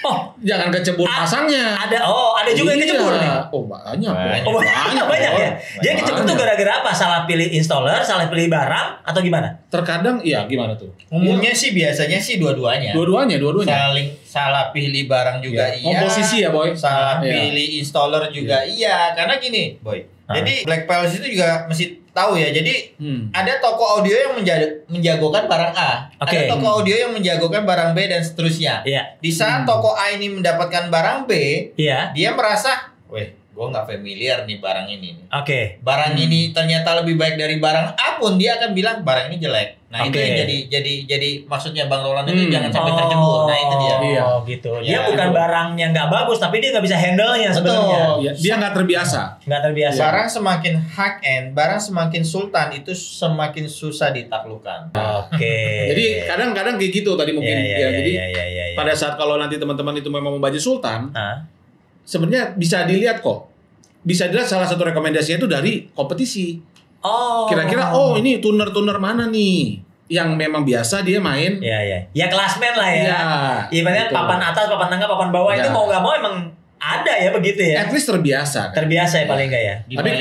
Oh, jangan kecebur pasangnya. Ada juga yang kecebur nih. Oh, banyak ya. Jadi kecebur tuh gara-gara apa? Salah pilih installer, salah pilih barang atau gimana? Terkadang iya gimana tuh? Umumnya sih biasanya sih dua-duanya. Dua-duanya. Salah pilih barang juga iya. Komposisi ya, Boy. Salah pilih installer juga iya. Karena gini, Boy. Jadi Black Palace itu juga mesti tahu ya. Jadi ada toko audio yang menjagokan barang A, ada toko audio yang menjagokan barang B dan seterusnya. Di saat toko A ini mendapatkan barang B, dia merasa, weh, gue nggak familiar nih barang ini. Barang ini ternyata lebih baik dari barang A pun dia akan bilang barang ini jelek. Nah itu yang jadi maksudnya Bang Roland itu jangan sampai tercebur. Nah itu dia. Gitu. Dia bukan barang yang nggak bagus, tapi dia nggak bisa handle-nya sebenarnya. Dia nggak terbiasa. Barang semakin high end, barang semakin sultan itu semakin susah ditaklukkan. Jadi kadang-kadang kayak gitu tadi mungkin jadi pada saat kalau nanti teman-teman itu memang membaca sultan, sebenarnya bisa dilihat kok. Bisa dilihat salah satu rekomendasinya itu dari kompetisi. Kira-kira ini tuner-tuner mana nih yang memang biasa dia main? Ya klasmen lah ya. Ibaratnya papan atas, papan tengah, papan bawah itu mau nggak mau emang ada ya begitu ya. At least terbiasa. Terbiasa ya paling enggak ya.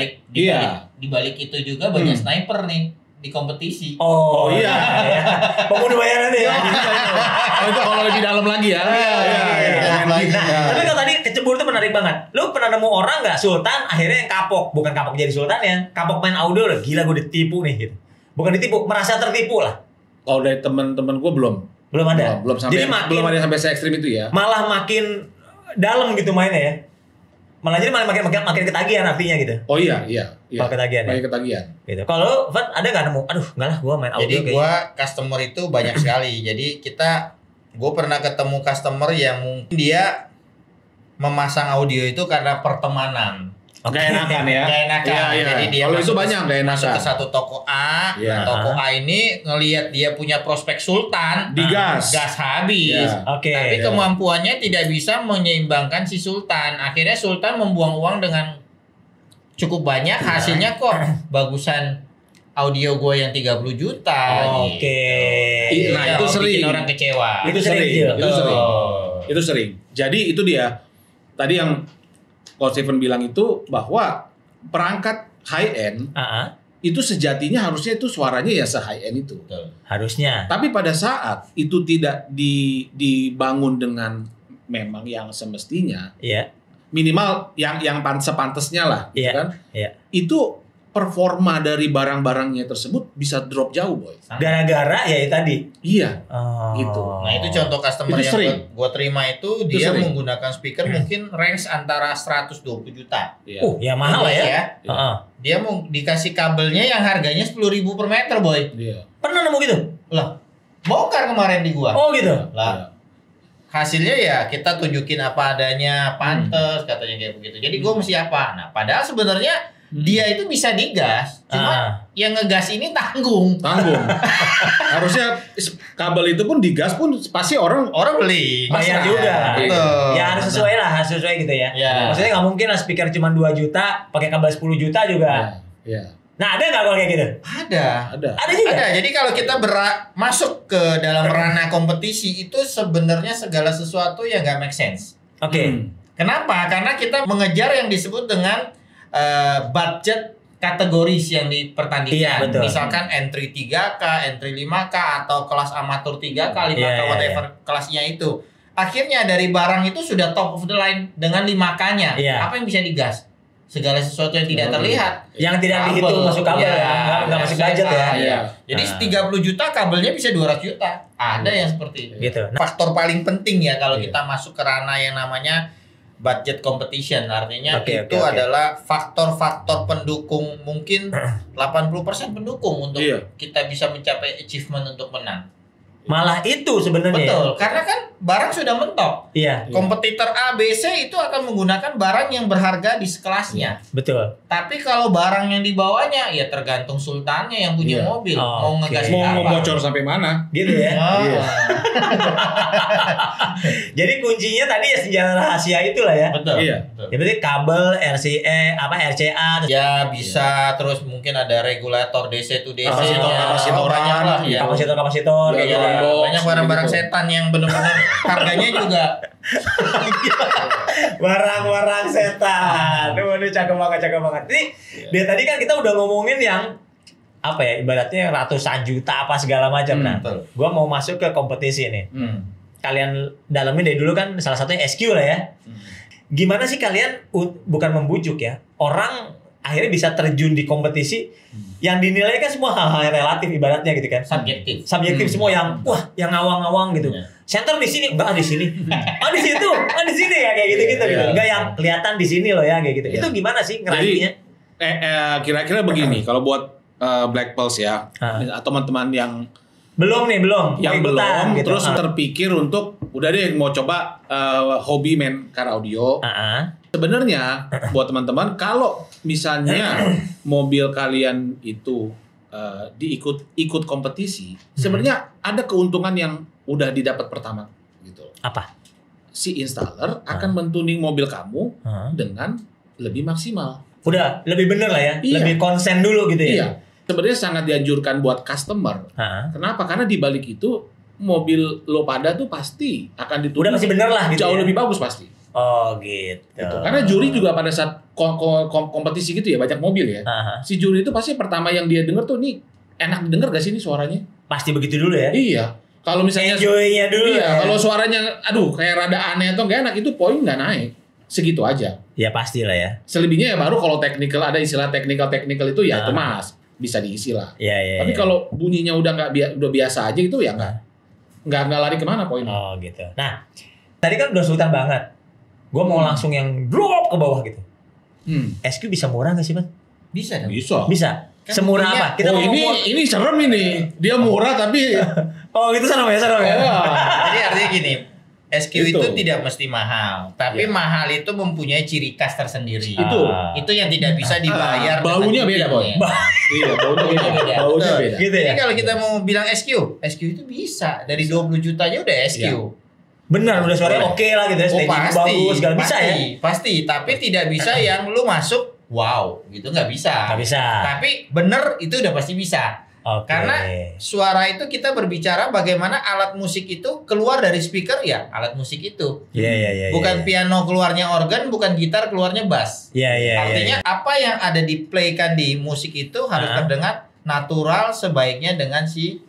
Di balik itu juga banyak sniper nih di kompetisi. Pembunuh bayaran ya. Itu kalau lebih dalam lagi ya. Tapi kalau tadi kecebur itu menarik banget. Lu pernah nemu orang nggak sultan akhirnya yang kapok, bukan kapok jadi sultan ya, kapok main audio lah, gila gue ditipu nih gitu. Bukan ditipu, merasa tertipu lah. Kalau dari teman-teman gue belum ada. Belum ada sampai se ekstrim itu ya. Malah makin dalam gitu mainnya ya. Malah jadi makin ketagihan artinya gitu. Oh iya. Makin ketagihan. Makin ketagihan. Gitu. Kalau Vat ada nggak nemu? Aduh, enggak lah, gue main audio. Jadi gue customer itu banyak sekali. Jadi gue pernah ketemu customer yang mungkin dia memasang audio itu karena pertemanan. Gak enakan ya. Jadi dia kalau itu banyak gak enakan. Masuk ke satu toko A. Toko A ini ngelihat dia punya prospek sultan, digas. Gas habis. Tapi kemampuannya tidak bisa menyeimbangkan si sultan. Akhirnya sultan membuang uang dengan cukup banyak. Hasilnya kok bagusan audio gue yang 30 juta. Nah, itu sering bikin orang kecewa. Itu sering. Jadi itu dia. Tadi yang Coach Steven bilang itu bahwa perangkat high end itu sejatinya harusnya itu suaranya ya se-high end itu. Harusnya. Tapi pada saat itu tidak dibangun dengan memang yang semestinya, minimal yang sepantasnya lah, gitu kan? Itu performa dari barang-barangnya tersebut bisa drop jauh, Boy. Gara-gara ya tadi. Gitu. Nah, itu contoh customer itu yang gua terima itu dia menggunakan speaker mungkin range antara 120 juta. Ya mahal ya. Dia mau dikasih kabelnya yang harganya 10.000 per meter, Boy. Pernah nemu gitu? Lah, bongkar kemarin di gua. Gitu. Lah. Hasilnya ya kita tunjukin apa adanya, pantes katanya kayak begitu. Jadi gua mesti apa? Nah, padahal sebenarnya dia itu bisa digas, cuma yang ngegas ini tanggung. Harusnya kabel itu pun digas pun pasti orang beli, bayar juga. Ya harus sesuai gitu ya. Maksudnya nggak mungkin lah speaker cuma 2 juta pakai kabel 10 juta juga. Nah ada nggak kalau kayak gitu? Ada juga. Jadi kalau kita masuk ke dalam ranah kompetisi itu sebenarnya segala sesuatu yang nggak make sense. Kenapa? Karena kita mengejar yang disebut dengan budget kategoris yang dipertandingkan. Misalkan entry 3K, entry 5K atau kelas amatur 3K, 5K whatever kelasnya itu. Akhirnya dari barang itu sudah top of the line dengan 5K-nya. Apa yang bisa digas? Segala sesuatu yang tidak terlihat. Yang tidak dihitung masuk kabel enggak masuk gadget ya. Jadi 30 juta kabelnya bisa 200 juta. Ada yang seperti itu. Faktor paling penting ya kalau kita masuk ke ranah yang namanya budget competition, artinya itu adalah faktor-faktor pendukung, mungkin 80% pendukung untuk kita bisa mencapai achievement untuk menang. Malah itu sebenarnya. Betul, karena kan barang sudah mentok. Kompetitor A, B, C itu akan menggunakan barang yang berharga di sekelasnya. Betul. Tapi kalau barang yang dibawanya ya tergantung sultannya yang punya mobil mau ngegas mau bocor sampai mana. Gitu ya. Jadi kuncinya tadi ya senjata rahasia itulah ya. Betul. Ya berarti kabel RCA ya bisa, terus mungkin ada regulator DC to DC. Kapasitor kayak gitu. Banyak barang-barang setan yang benar-benar Harganya juga barang-barang setan. Ini cakep banget. Ini dari tadi kan kita udah ngomongin yang apa ya, ibaratnya ratusan juta apa segala macam. Nah, gua mau masuk ke kompetisi nih. Kalian dalamin dari dulu kan, salah satunya SQ lah ya. Gimana sih kalian bukan membujuk ya, orang akhirnya bisa terjun di kompetisi yang dinilai kan semua hal-hal relatif ibaratnya gitu kan, subjektif semua, yang wah yang ngawang-ngawang gitu, center di sini enggak, di sini di situ, di sini ya, kayak gitu enggak yang kelihatan di sini loh ya, kayak gitu. Itu gimana sih ngeraihnya? Kira-kira begini, kalau buat Black Pulse ya, teman-teman yang belum gitu, terus terpikir untuk udah deh mau coba hobi main car audio. Sebenarnya buat teman-teman, kalau misalnya mobil kalian itu ikut kompetisi, sebenarnya ada keuntungan yang udah didapat pertama gitu. Apa? Si installer akan mentuning mobil kamu dengan lebih maksimal. Udah lebih bener lah ya, lebih konsen dulu gitu ya. Iya. Sebenarnya sangat dianjurkan buat customer. Kenapa? Karena di balik itu mobil lo pada tuh pasti akan dituning. Udah masih bener lah gitu. Jauh lebih bagus pasti. Oh gitu. Karena juri juga pada saat kompetisi gitu ya, banyak mobil ya. Si juri itu pasti pertama yang dia denger tuh, nih enak didengar gak sih nih suaranya? Pasti begitu dulu ya. Iya. Kalau misalnya enjoy-nya dulu. Iya. Kalau suaranya, aduh kayak rada aneh atau gak enak, itu poin nggak naik. Segitu aja. Ya pasti lah ya. Selebihnya ya baru kalau technical, ada istilah technical itu ya itu mas bisa diisi lah. Iya. Tapi kalau bunyinya udah udah biasa aja itu ya nggak lari kemana poinnya. Oh gitu. Nah tadi kan udah sultan banget. Gue mau langsung yang drop ke bawah gitu. SQ bisa murah nggak sih, Bang? bisa dong. Bisa. Kan semurah apa? Kita ini serem ini. Dia murah tapi oh itu serem ya. Jadi artinya gini, SQ itu tidak mesti mahal, tapi mahal itu mempunyai ciri khas tersendiri. Itu yang tidak bisa dibayar. Baunya beda, Boy. Iya, baunya beda. Gitu ya. Jadi kalau kita mau bilang SQ itu bisa dari 20 jutanya udah SQ. Benar, udah suaranya oke lah gitu ya, staging bagus, segala bisa ya. Pasti, tapi tidak bisa yang lu masuk wow, gitu nggak bisa. Nggak bisa. Tapi bener itu udah pasti bisa. Karena suara itu kita berbicara bagaimana alat musik itu keluar dari speaker ya, alat musik itu. Iya. Bukan piano keluarnya organ, bukan gitar keluarnya bass. Iya. Artinya apa yang ada di playkan di musik itu harus terdengar natural sebaiknya dengan si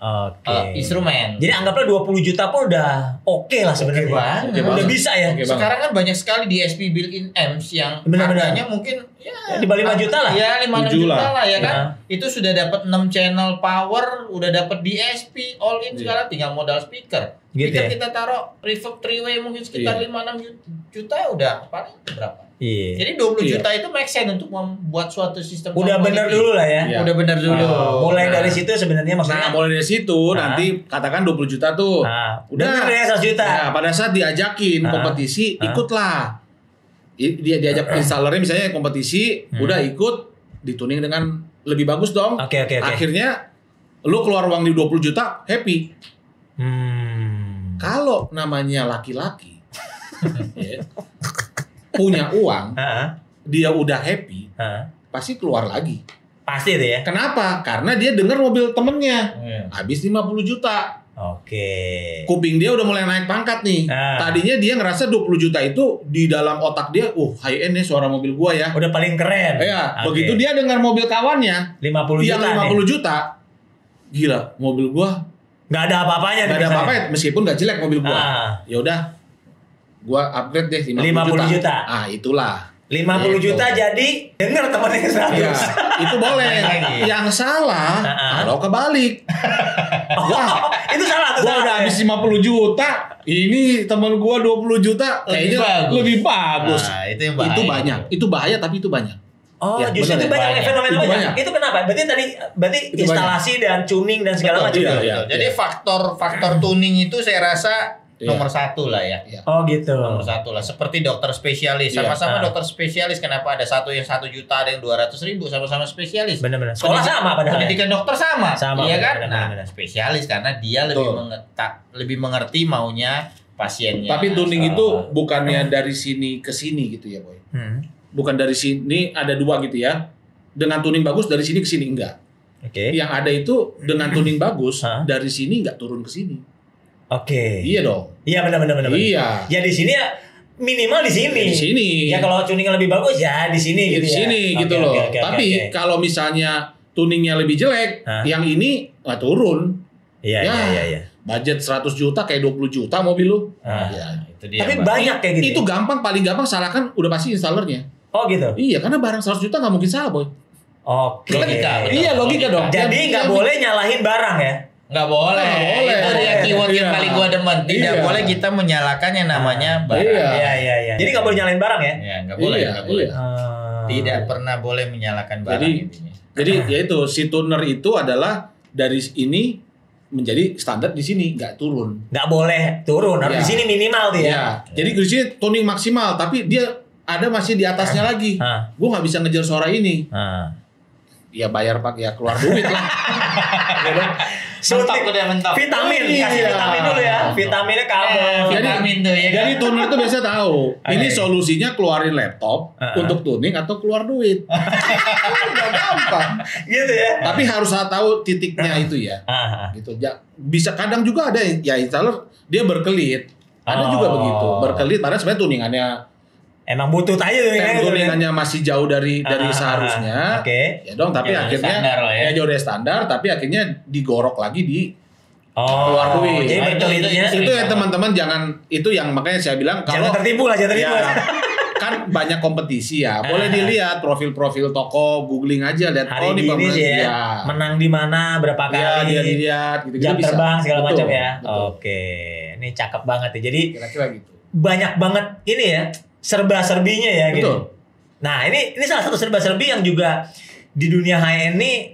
instrumen. Jadi anggaplah 20 juta pun udah oke lah sebenarnya. Udah bisa ya. Sekarang kan banyak sekali DSP built-in amps yang harganya mungkin ya di bawah 5 juta lah. Ya 5-6 juta lah ya kan. Itu sudah dapat 6 channel power, udah dapat DSP all in segala, tinggal modal speaker. Speaker kita taruh reverb 3-way mungkin sekitar 5-6 juta udah paling berapa? Jadi 20 juta itu make sense untuk membuat suatu sistem. Udah benar dulu lah ya. Udah benar dulu. Mulai dari situ sebenarnya maksudnya. Mulai dari situ nanti katakan 20 juta tuh. Udah ya 100 juta. Ya, pada saat diajakin kompetisi ikutlah. Dia diajak installernya misalnya kompetisi, udah ikut dituning dengan lebih bagus dong. Oke. Akhirnya lu keluar uang di 20 juta, happy. Kalau namanya laki-laki punya uang, dia udah happy, pasti keluar lagi. Pasti itu ya. Kenapa? Karena dia dengar mobil temennya, habis 50 juta. Kuping dia udah mulai naik pangkat nih. Tadinya dia ngerasa 20 juta itu di dalam otak dia, high end nih suara mobil gua ya. Udah paling keren. Iya, begitu dia dengar mobil kawannya 50 yang 50 juta. Gila, mobil gua nggak ada apa-apanya. Nggak ada apa-apa, meskipun nggak jelek mobil gua. Ya udah, gua upgrade deh 50 juta. Itulah. 50 juta jadi denger temannya ke 100. Ya, itu boleh. Yang salah kalau kebalik. Wah, itu salah tuh. Gua udah habis 50 juta, ini teman gua 20 juta kayaknya lebih bagus. Nah, itu yang bahaya. Itu banyak. Itu bahaya tapi itu banyak. Ya, justru itu banyak fenomena banyak. Itu kenapa? Berarti itu instalasi dan tuning dan segala macam. Jadi faktor tuning itu saya rasa nomor satu lah ya. Gitu. Nomor satu lah. Seperti dokter spesialis. Sama-sama dokter spesialis. Kenapa ada satu yang 1 juta, ada yang 200.000, sama-sama spesialis. Benar-benar. Sekolah sama padahal. Pendidikan dokter sama. Iya kan? Benar. Spesialis karena dia lebih mengerti maunya pasiennya. Tapi tuning itu bukannya dari sini ke sini gitu ya, Boy. Bukan dari sini ada 2 gitu ya. Dengan tuning bagus dari sini ke sini enggak. Yang ada itu dengan tuning bagus dari sini enggak turun ke sini. Oke. Iya dong. Iya benar. Iya. Ya di sini ya minimal di sini. Di sini. Ya kalau tuningnya lebih bagus ya di sini gitu di sini ya. gitu loh. Tapi kalau misalnya tuningnya lebih jelek, yang ini nggak turun. Iya. Budget 100 juta kayak 20 juta mobil lu. Ya, itu dia. Tapi banyak kayak gitu. Itu gampang, paling gampang salahkan udah pasti installernya. Oh gitu. Iya, karena barang 100 juta nggak mungkin salah, Boy. Oke. Iya, logika dong. Jadi nggak boleh nyalahin barang ya. Nggak boleh. Itu dia keyword yang paling gua demen. Tidak boleh kita menyalahkan yang namanya barang. Iya. Jadi nggak boleh nyalahin barang ya? Iya, nggak boleh. Tidak pernah boleh menyalahkan barang. Jadi ya itu si tuner itu adalah dari ini menjadi standar di sini nggak turun. Nggak boleh turun. Harus di sini minimal tuh ya. Jadi di sini tuning maksimal, tapi dia ada masih di atasnya lagi. Gua nggak bisa ngejar suara ini. Ya bayar pakai keluar duit lah. Mentok. Vitamin, kasih vitamin dulu ya. Vitaminnya kamu. Vitamin tuh ya. Jadi tuner tuh biasa tahu. Ini solusinya keluarin laptop untuk tuning atau keluar duit. Udah gampang. Gitu ya. Tapi harus tahu titiknya itu ya. Gitu. Bisa kadang juga ada ya installer dia berkelit. Ada juga begitu. Berkelit padahal sebenarnya tuningannya emang butuh aja tuningannya masih jauh dari seharusnya. Ya dong, tapi ya, akhirnya ya jauh dari standar, tapi akhirnya digorok lagi di keluar duit. Jadi itu ya teman-teman jangan, itu yang makanya saya bilang kalau jangan tertipu lah. Kan banyak kompetisi ya. Boleh dilihat profil-profil toko, googling aja lihat hari ini sih ya. Menang di mana, berapa kali. Dia dilihat gitu. Jam terbang segala macam ya. Oke. Ini cakep banget ya. Jadi gitu. Banyak banget ini ya. Serba-serbinya ya gitu. Betul. Nah ini salah satu serba-serbi yang juga di dunia high end ini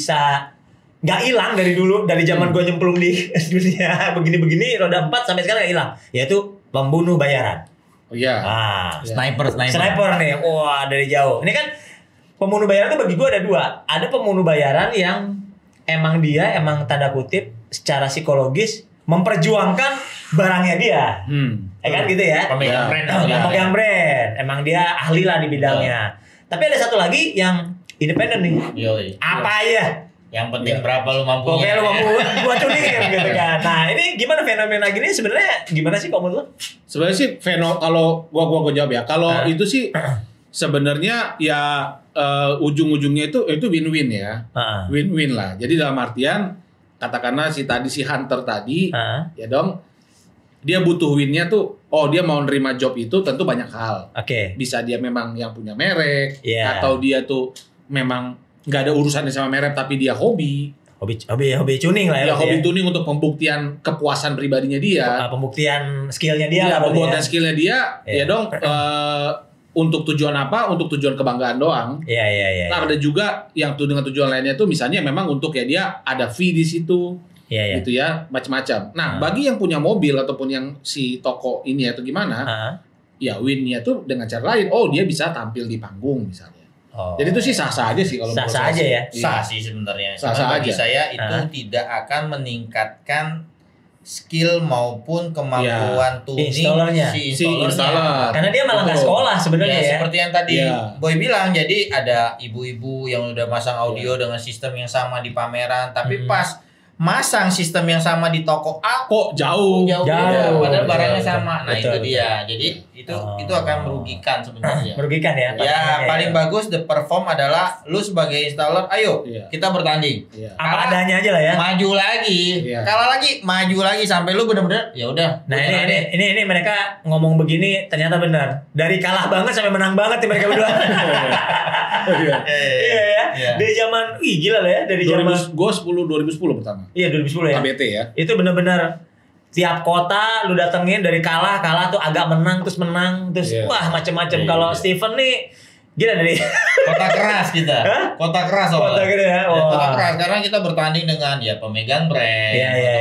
nggak hilang dari dulu, dari zaman gue nyemplung di dunia begini-begini roda 4 sampai sekarang nggak hilang, yaitu pembunuh bayaran. Oh iya. Sniper nih. Wah dari jauh. Ini kan pembunuh bayaran itu bagi gue ada dua. Ada pembunuh bayaran yang emang tanda kutip secara psikologis memperjuangkan barangnya dia. Kan gitu ya. Pemegang brand. Emang dia ahli lah di bidangnya. Tapi ada satu lagi yang independen nih. Apa ya? Yang penting berapa lu mampu. Pokoknya lu mampu buat tuningin gitu kan. Nah, ini gimana fenomena gini sebenarnya gimana sih kalau menurut lu? Sebenarnya sih kalau gua jawab ya. Kalau itu sih sebenarnya ya ujung-ujungnya itu win-win ya. Win-win lah. Jadi dalam artian katakanlah si Hunter tadi ya dong, dia butuh winnya tuh, dia mau nerima job itu tentu banyak hal. Bisa dia memang yang punya merek, atau dia tuh memang nggak ada urusannya sama merek tapi dia hobi tuning lah ya. Hobi tuning untuk pembuktian kepuasan pribadinya dia, pembuktian skillnya dia. Pembuktian skillnya dia, ya dong. Untuk tujuan apa? Untuk tujuan kebanggaan doang. Ada juga yang dengan tujuan lainnya tuh misalnya memang untuk ya dia ada fee di situ. Gitu ya, macam-macam. Nah, bagi yang punya mobil ataupun yang si toko ini atau gimana, ya win-nya tuh dengan cara lain. Dia bisa tampil di panggung misalnya. Jadi itu sih sah-sah aja sih kalau menurut saya. Sah aja ya. Sah sih sebenarnya. Sah bagi saya itu tidak akan meningkatkan skill maupun kemampuan tuning si installernya. Karena dia malah nggak sekolah sebenarnya ya. Seperti yang tadi Boy bilang, jadi ada ibu-ibu yang udah masang audio dengan sistem yang sama di pameran, tapi pas masang sistem yang sama di toko A kok jauh. Padahal barangnya sama. Nah, itu dia. Jadi itu akan merugikan sebenarnya. Merugikan ya. Paling bagus the perform adalah lu sebagai installer, ayo kita bertanding. Apa adanya aja lah ya. Maju lagi. Kalah lagi, maju lagi sampai lu benar-benar ya udah. Nah, ini mereka ngomong begini ternyata benar. Dari kalah banget sampai menang banget mereka berdua. Iya ya. Dari zaman gila lah ya, dari zaman gua 2010 pertama. Iya 2010 ya. ABT ya. Itu benar-benar tiap kota lu datengin dari kalah tuh agak menang terus wah macem-macem. Kalau Steven nih gila dari kota keras kita. Kota keras Kota gitu ya. Kota keras karena kita bertanding dengan pemegang brand.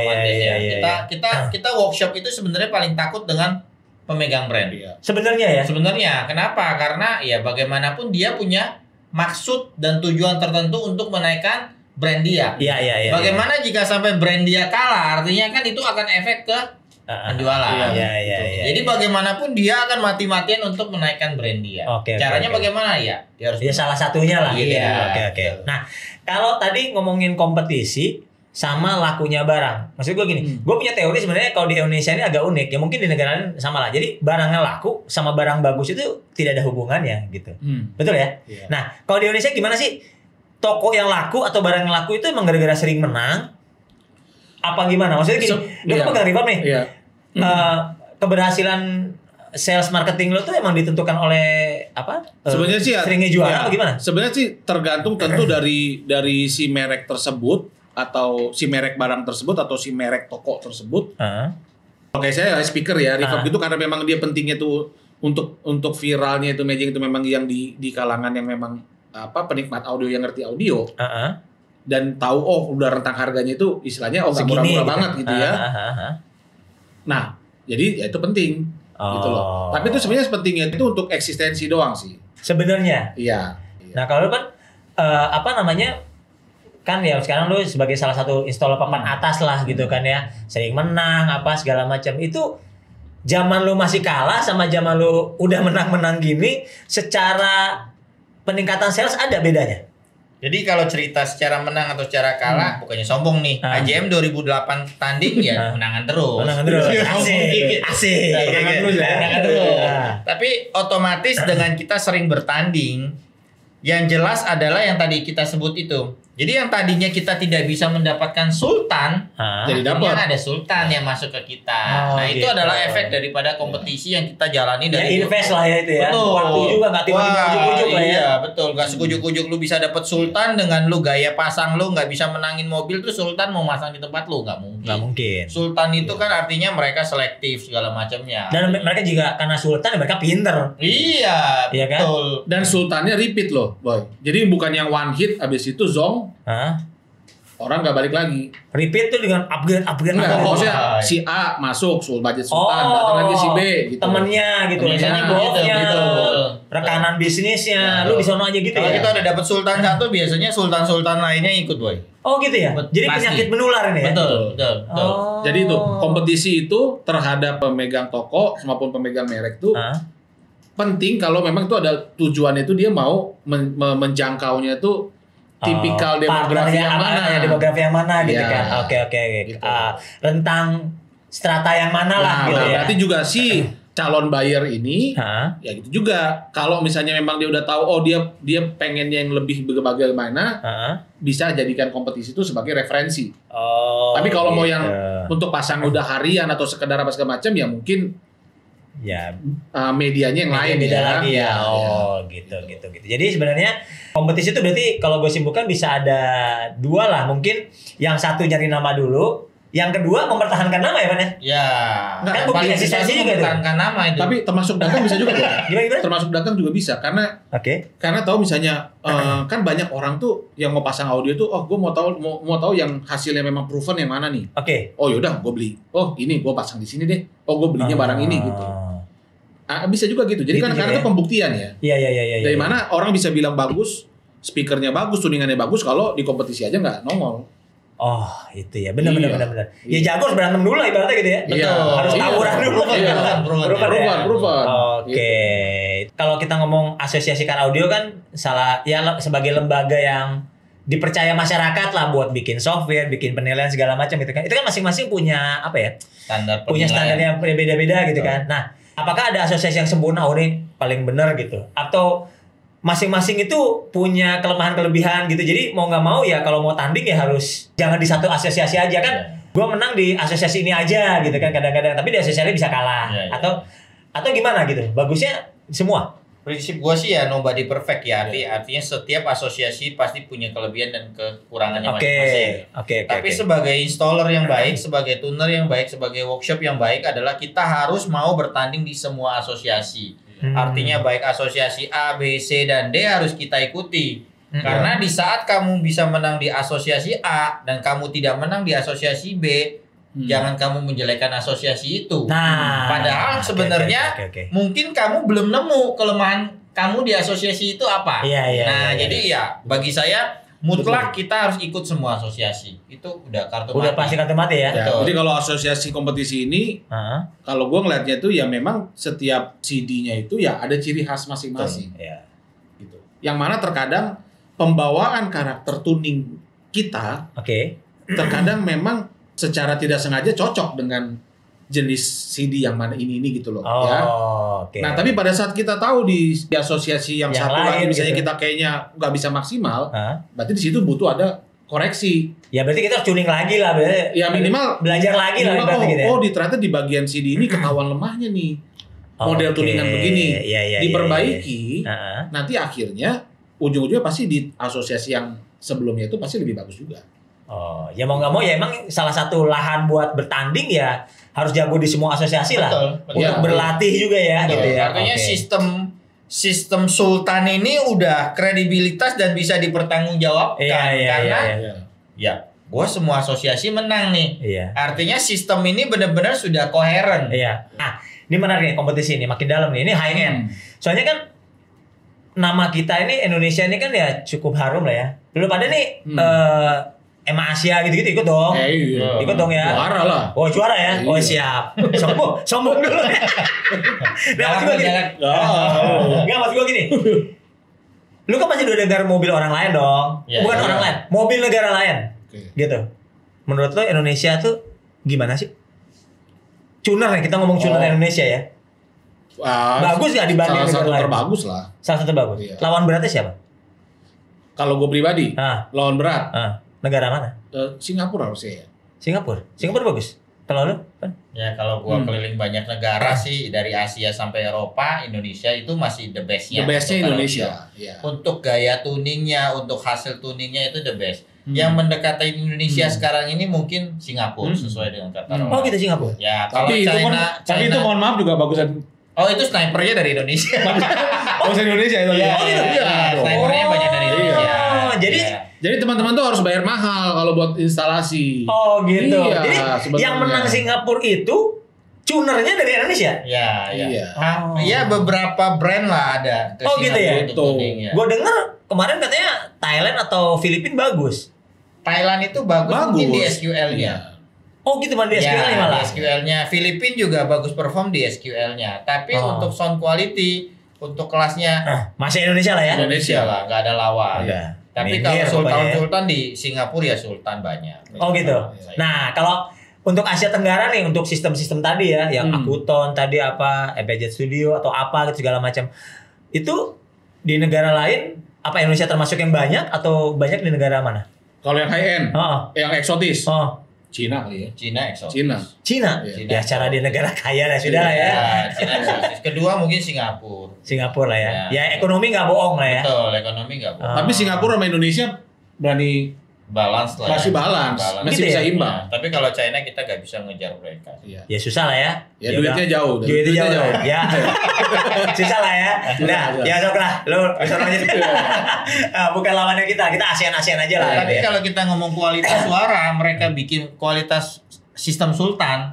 Kita workshop itu sebenarnya paling takut dengan pemegang brand. Sebenarnya kenapa? Karena bagaimanapun dia punya maksud dan tujuan tertentu untuk menaikkan brand dia. Bagaimana jika sampai brand dia kalah? Artinya kan itu akan efek ke penjualan. Jadi bagaimanapun dia akan mati-matian untuk menaikkan brand dia. Caranya bagaimana ya? Dia harus salah satunya lah. Oke. Nah, kalau tadi ngomongin kompetisi, sama lakunya barang. Maksud gue gini, gue punya teori sebenarnya kalau di Indonesia ini agak unik ya, mungkin di negara lain sama lah. Jadi barangnya laku sama barang bagus itu tidak ada hubungannya gitu. Betul ya? Yeah. Nah, kalau di Indonesia gimana sih? Toko yang laku atau barang yang laku itu emang gara-gara sering menang? Apa gimana? Maksudnya gini, lu pegang Reverb nih. Keberhasilan sales marketing lo tuh emang ditentukan oleh apa? Sebenarnya sih seringnya jualan apa gimana? Sebenarnya sih tergantung tentu dari si merek tersebut atau si merek barang tersebut atau si merek toko tersebut. Oke, saya speaker ya, Reverb gitu karena memang dia pentingnya tuh untuk viralnya itu Magic itu memang yang di kalangan yang memang penikmat audio yang ngerti audio. Dan tahu udah rentang harganya itu istilahnya nggak murah-murah gitu. Banget gitu ya. Nah, jadi ya itu penting gitu loh. Tapi itu sebenarnya pentingnya itu untuk eksistensi doang sih. Sebenarnya. Iya. Nah, kalau kan kan ya sekarang lu sebagai salah satu installer papan atas lah gitu kan ya, sering menang apa segala macam. Itu zaman lu masih kalah sama zaman lu udah menang-menang gini, secara peningkatan sales ada bedanya? Jadi kalau cerita secara menang atau secara kalah, bukannya sombong nih. AJM 2008 tanding ya menangan terus. Menangan terus. Asik. Menangan terus. Tapi otomatis dengan kita sering bertanding, yang jelas adalah yang tadi kita sebut itu. Jadi yang tadinya kita tidak bisa mendapatkan sultan, jadi dapat ada sultan yang masuk ke kita. Nah itu adalah efek daripada kompetisi yang kita jalani dari invest lah ya itu ya. Betul. Waktu juga nggak tiba-tiba ujuk-ujuk lah ya. Iya betul. Gak ujuk-ujuk lu bisa dapat sultan dengan lu gaya pasang lu nggak bisa menangin mobil tuh sultan mau masang di tempat lu nggak mungkin. Nggak mungkin. Sultan itu kan artinya mereka selektif segala macamnya. Dan mereka juga karena sultan mereka pinter. Iya kan? Betul. Dan sultannya repeat loh, Boy. Jadi bukan yang one hit abis itu zong. Orang nggak balik lagi. Repeat tuh dengan upgrade. Maksudnya si A masuk budget sultan, datang lagi si B gitu. Temennya gitu, misalnya bosnya, rekanan bisnisnya, lu di sono aja gitu. Kalau ya. Kita udah dapat sultan satu, biasanya sultan-sultan lainnya ikut, Boy. Oh gitu ya. Jadi pasti. Penyakit menular ini ya. Betul. Jadi itu kompetisi itu terhadap pemegang toko maupun pemegang merek tuh penting kalau memang itu ada tujuannya itu dia mau menjangkaunya tuh tipikal demografi yang mana ya, demografi yang mana gitu kan. Oke. Gitu. Rentang strata yang mana lah gitu ya. Berarti juga si calon buyer ini ya gitu juga. Kalau misalnya memang dia udah tahu dia pengen yang lebih bagaimana, bisa jadikan kompetisi itu sebagai referensi. Tapi kalau mau yang untuk pasang udah harian atau sekedar apa segala macam ya mungkin ya medianya yang lain beda lagi ya. Gitu. Jadi sebenarnya kompetisi itu berarti kalau gue simpulkan bisa ada dua lah. Mungkin yang satu nyari nama dulu, yang kedua mempertahankan nama ya Pan ya? Ya. Kan bukti eksistensi juga mempertahankan nama itu. Tapi termasuk dagang bisa juga. Gimana? Termasuk dagang juga bisa karena karena tahu misalnya kan banyak orang tuh yang mau pasang audio tuh gue mau tahu yang hasilnya memang proven yang mana nih. Oh yaudah gue beli. Oh ini gue pasang di sini deh. Oh gue belinya barang ini gitu. Bisa juga gitu. Jadi gitu kan karena itu pembuktian ya. Iya. Dari mana orang bisa bilang bagus, speakernya bagus, tuningannya bagus kalau di kompetisi aja nggak nongol. Oh itu ya benar. Ya jago harus berantem dulu lah ibaratnya gitu ya. Betul. Harus tawuran dulu. Proven. Oke. Kalau kita ngomong asosiasi car audio kan sebagai lembaga yang dipercaya masyarakat lah buat bikin software, bikin penilaian segala macam gitu kan. Itu kan masing-masing punya apa ya? Punya standar yang beda-beda gitu kan. Nah, apakah ada asosiasi yang sempurna ini paling benar gitu? Atau masing-masing itu punya kelemahan-kelebihan gitu. Jadi mau nggak mau ya kalau mau tanding ya harus jangan di satu asosiasi aja kan. Gue menang di asosiasi ini aja gitu kan kadang-kadang. Tapi di asosiasi bisa kalah. Atau gimana gitu? Bagusnya semua. Prinsip gue sih ya nobody perfect ya. Artinya setiap asosiasi pasti punya kelebihan dan kekurangannya masing-masing. Tapi sebagai installer yang baik, sebagai tuner yang baik, sebagai workshop yang baik adalah kita harus mau bertanding di semua asosiasi. Artinya baik asosiasi A, B, C, dan D harus kita ikuti. Karena di saat kamu bisa menang di asosiasi A dan kamu tidak menang di asosiasi B, jangan kamu menjelekkan asosiasi itu. Padahal sebenarnya mungkin kamu belum nemu kelemahan kamu di asosiasi itu apa. Jadi ya bagi saya mutlak kita harus ikut semua asosiasi. Itu udah kartu mati. Udah pasti kartu mati ya. Jadi kalau asosiasi kompetisi ini, kalau gue ngelihatnya itu ya memang setiap CD-nya itu ya ada ciri khas masing-masing. Gitu. Yang mana terkadang pembawaan karakter tuning kita terkadang memang secara tidak sengaja cocok dengan jenis CD yang mana ini gitu loh. Ya. Okay. Nah tapi pada saat kita tahu di asosiasi yang satu lagi misalnya kita kayaknya nggak bisa maksimal, berarti di situ butuh ada koreksi. Ya berarti kita harus tuning lagi lah, berarti. Ya minimal belajar lagi lah. Ternyata di bagian CD ini ketahuan lemahnya nih. Model tuningan begini diperbaiki, nanti akhirnya ujung-ujungnya pasti di asosiasi yang sebelumnya itu pasti lebih bagus juga. Ya mau nggak mau ya emang salah satu lahan buat bertanding ya harus jago di semua asosiasi lah. Untuk berlatih juga ya. Gitu ya. Artinya sistem Sultan ini udah kredibilitas dan bisa dipertanggungjawabkan karena gue semua asosiasi menang nih. Artinya sistem ini benar-benar sudah koheren. Nah, ini menarik nih kompetisi ini makin dalam nih. Ini high end. Soalnya kan nama kita ini Indonesia ini kan ya cukup harum lah ya. Dulu pada nih EMA Asia gitu-gitu ikut dong. Ikut dong ya. Juara lah. Oh juara ya. Oh siap. Sombong dulu ya. Enggak maksud gue gini. Lu kan pasti udah dengar mobil orang lain dong. Bukan orang lain, mobil negara lain. Gitu. Menurut lo Indonesia tuh gimana sih? Tuner nih, kita ngomong tuner Indonesia ya. Bagus gak dibanding salah satu lain? terbagus lah. Salah satu terbagus. Lawan beratnya siapa? Kalau gue pribadi, lawan berat. Negara mana? Singapura harusnya ya. Singapura bagus. Kalau lu? Ya kalau gue keliling banyak negara sih dari Asia sampai Eropa, Indonesia itu masih the best-nya. The best-nya Indonesia. Untuk gaya tuningnya, untuk hasil tuningnya itu the best. Yang mendekati Indonesia sekarang ini mungkin Singapura sesuai dengan kata orang. Oh gitu Singapura. Ya kalau China, tapi itu mohon maaf juga bagusan. Oh itu snipernya dari Indonesia. Bagusan Indonesia itu. Snipernya banyak dari Indonesia. Jadi teman-teman tuh harus bayar mahal kalau buat instalasi. Oh gitu. Jadi yang menang Singapura itu tunernya dari Indonesia. Iya beberapa brand lah ada. Oh gitu ya. Gue dengar kemarin katanya Thailand atau Filipina bagus. Thailand itu bagus. Mungkin di SQL-nya. Oh gitu di SQL-nya malah. Di SQL-nya Filipina juga bagus perform di SQL-nya. Tapi untuk sound quality, untuk kelasnya masih Indonesia lah ya. Indonesia lah, nggak ada lawan. Tapi kalau Sultan di Singapura ya Sultan banyak. Oh gitu. Nah kalau untuk Asia Tenggara nih untuk sistem-sistem tadi ya, yang Akuton tadi apa, Epjet Studio atau apa gitu segala macam. Itu di negara lain apa Indonesia termasuk yang banyak atau banyak di negara mana? Kalau yang high end, yang eksotis. Cina kali ya. Cina eksotis. Cina. Ya cara di negara kaya lah sudah lah ya. Cina eksotis. Kedua mungkin Singapura. Singapura lah ya. Ya ekonomi nggak bohong lah ya. Betul, ekonomi nggak bohong. Tapi Singapura sama Indonesia berani balance lah. Masih balance. Masih bisa imbang. Tapi kalau China kita nggak bisa ngejar mereka. Ya susah lah ya. Ya duitnya jauh. Duitnya jauh. Ya. Susah lah ya. Nah, ya sok lah. Lu bisa aja. Bukan lawannya kita. Kita ASEAN aja lah. Tapi kalau kita ngomong kualitas suara, mereka bikin kualitas sistem Sultan,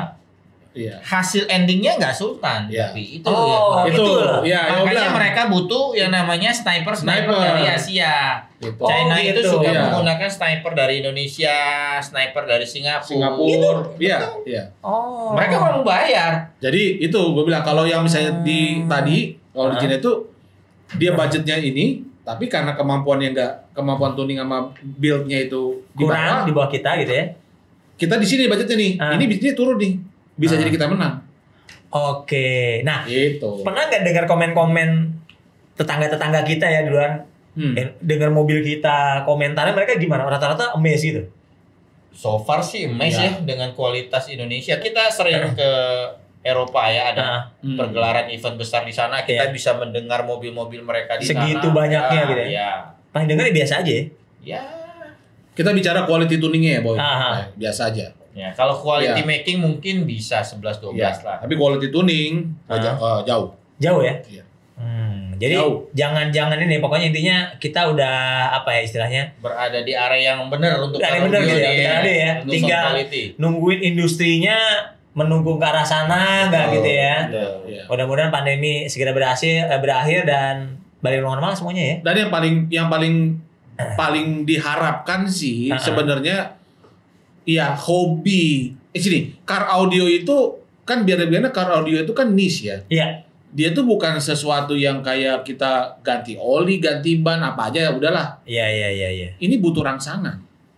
hasil endingnya nggak Sultan, tapi itu makanya mereka butuh yang namanya sniper dari Asia. China itu suka menggunakan sniper dari Indonesia, sniper dari Singapura. Iya. Mereka mau bayar. Jadi itu gue bilang kalau yang misalnya kalau di China itu dia budgetnya ini, tapi karena kemampuan tuning sama build-nya itu kurang di bawah kita gitu ya. Kita di sini budgetnya nih, ini bisnisnya turun nih. Bisa jadi kita menang. Oke. Nah, gitu. Pernah nggak dengar komen-komen tetangga-tetangga kita ya di luar? Dengar mobil kita, komentarnya mereka gimana? Rata-rata amazed gitu. So far sih amazed ya dengan kualitas Indonesia. Kita sering ke Eropa ya, ada pergelaran event besar di sana. Kita bisa mendengar mobil-mobil mereka di sana. Segitu banyaknya gitu ya. Paling dengar biasa aja ya. Kita bicara quality tuningnya ya, Boy. Biasa aja. Ya, kalau quality making mungkin bisa 11-12 lah. Tapi quality tuning jauh. Jauh ya? Iya. Jadi jangan ini pokoknya intinya kita udah apa ya istilahnya? Berada di area yang benar untuk benar gitu ya. Tinggal nungguin industrinya menunggu ke arah sana enggak gitu ya. Mudah-mudahan pandemi segera berakhir dan balik normal semuanya ya. Dan yang paling diharapkan sih sebenarnya ya hobi. Sini, car audio itu kan biar-biarnya car audio itu kan niche ya. Iya. Dia tuh bukan sesuatu yang kayak kita ganti oli, ganti ban apa aja udahlah. Iya. Ini butuh rangsangan.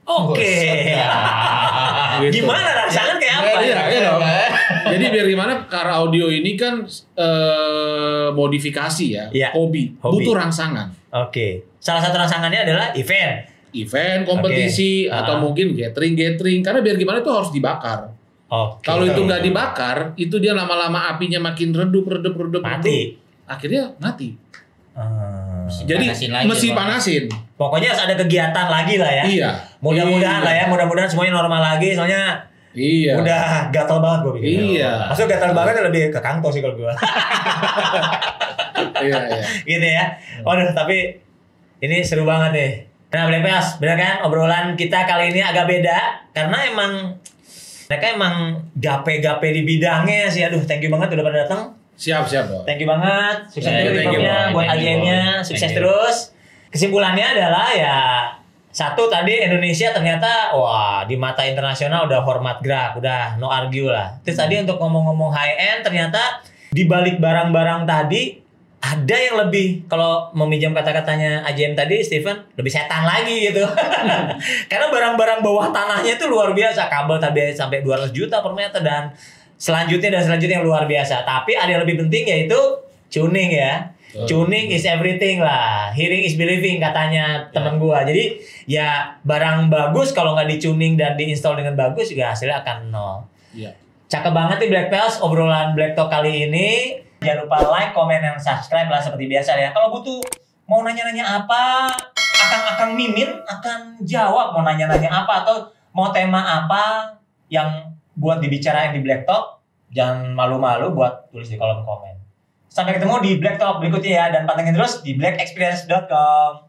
Oke. Gitu. Gimana rangsangan kayak apa? Iya dong. Jadi biar gimana, car audio ini kan modifikasi ya, hobi, butuh rangsangan. Oke. Salah satu rangsangannya adalah event, kompetisi, atau mungkin gathering, karena biar gimana itu harus dibakar. Kalau itu nggak dibakar, itu dia lama-lama apinya makin redup, mati. Akhirnya mati. Jadi mesti panasin. Pokoknya harus ada kegiatan lagi lah ya. Iya. Mudah-mudahan lah ya, mudah-mudahan semuanya normal lagi. Soalnya udah gatal banget gue pikir. Iya. Maksudnya gatal banget lebih ke kantor sih kalau gue. Iya. Gitu ya. Waduh, tapi ini seru banget nih. Nah, Blackpast, benar kan obrolan kita kali ini agak beda karena mereka emang gape-gape di bidangnya sih. Aduh, thank you banget udah pada datang. Siap. Thank you banget. Sukses terus videonya, buat AJM-nya, sukses terus. Kesimpulannya adalah ya satu tadi Indonesia ternyata di mata internasional udah hormat gerak, udah no argue lah. Terus tadi untuk ngomong-ngomong high end ternyata di balik barang-barang tadi ada yang lebih, kalau meminjam kata-katanya AJM tadi, Steven, lebih setan lagi gitu. Karena barang-barang bawah tanahnya itu luar biasa. Kabel tadi sampai 200 juta per meter dan selanjutnya yang luar biasa. Tapi ada yang lebih penting yaitu tuning ya. Tuning is everything lah. Hearing is believing katanya temen gua. Jadi ya barang bagus kalau nggak di-tuning dan di-install dengan bagus juga hasilnya akan nol. Cakep banget nih Blackpast obrolan Black Talk kali ini. Jangan lupa like, komen, dan subscribe lah seperti biasa ya. Kalau butuh mau nanya-nanya apa, Akang Mimin akan jawab mau nanya-nanya apa atau mau tema apa yang buat dibicarain di Black Talk. Jangan malu-malu buat tulis di kolom komen. Sampai ketemu di Black Talk berikutnya ya, dan pantengin terus di blackexperience.com.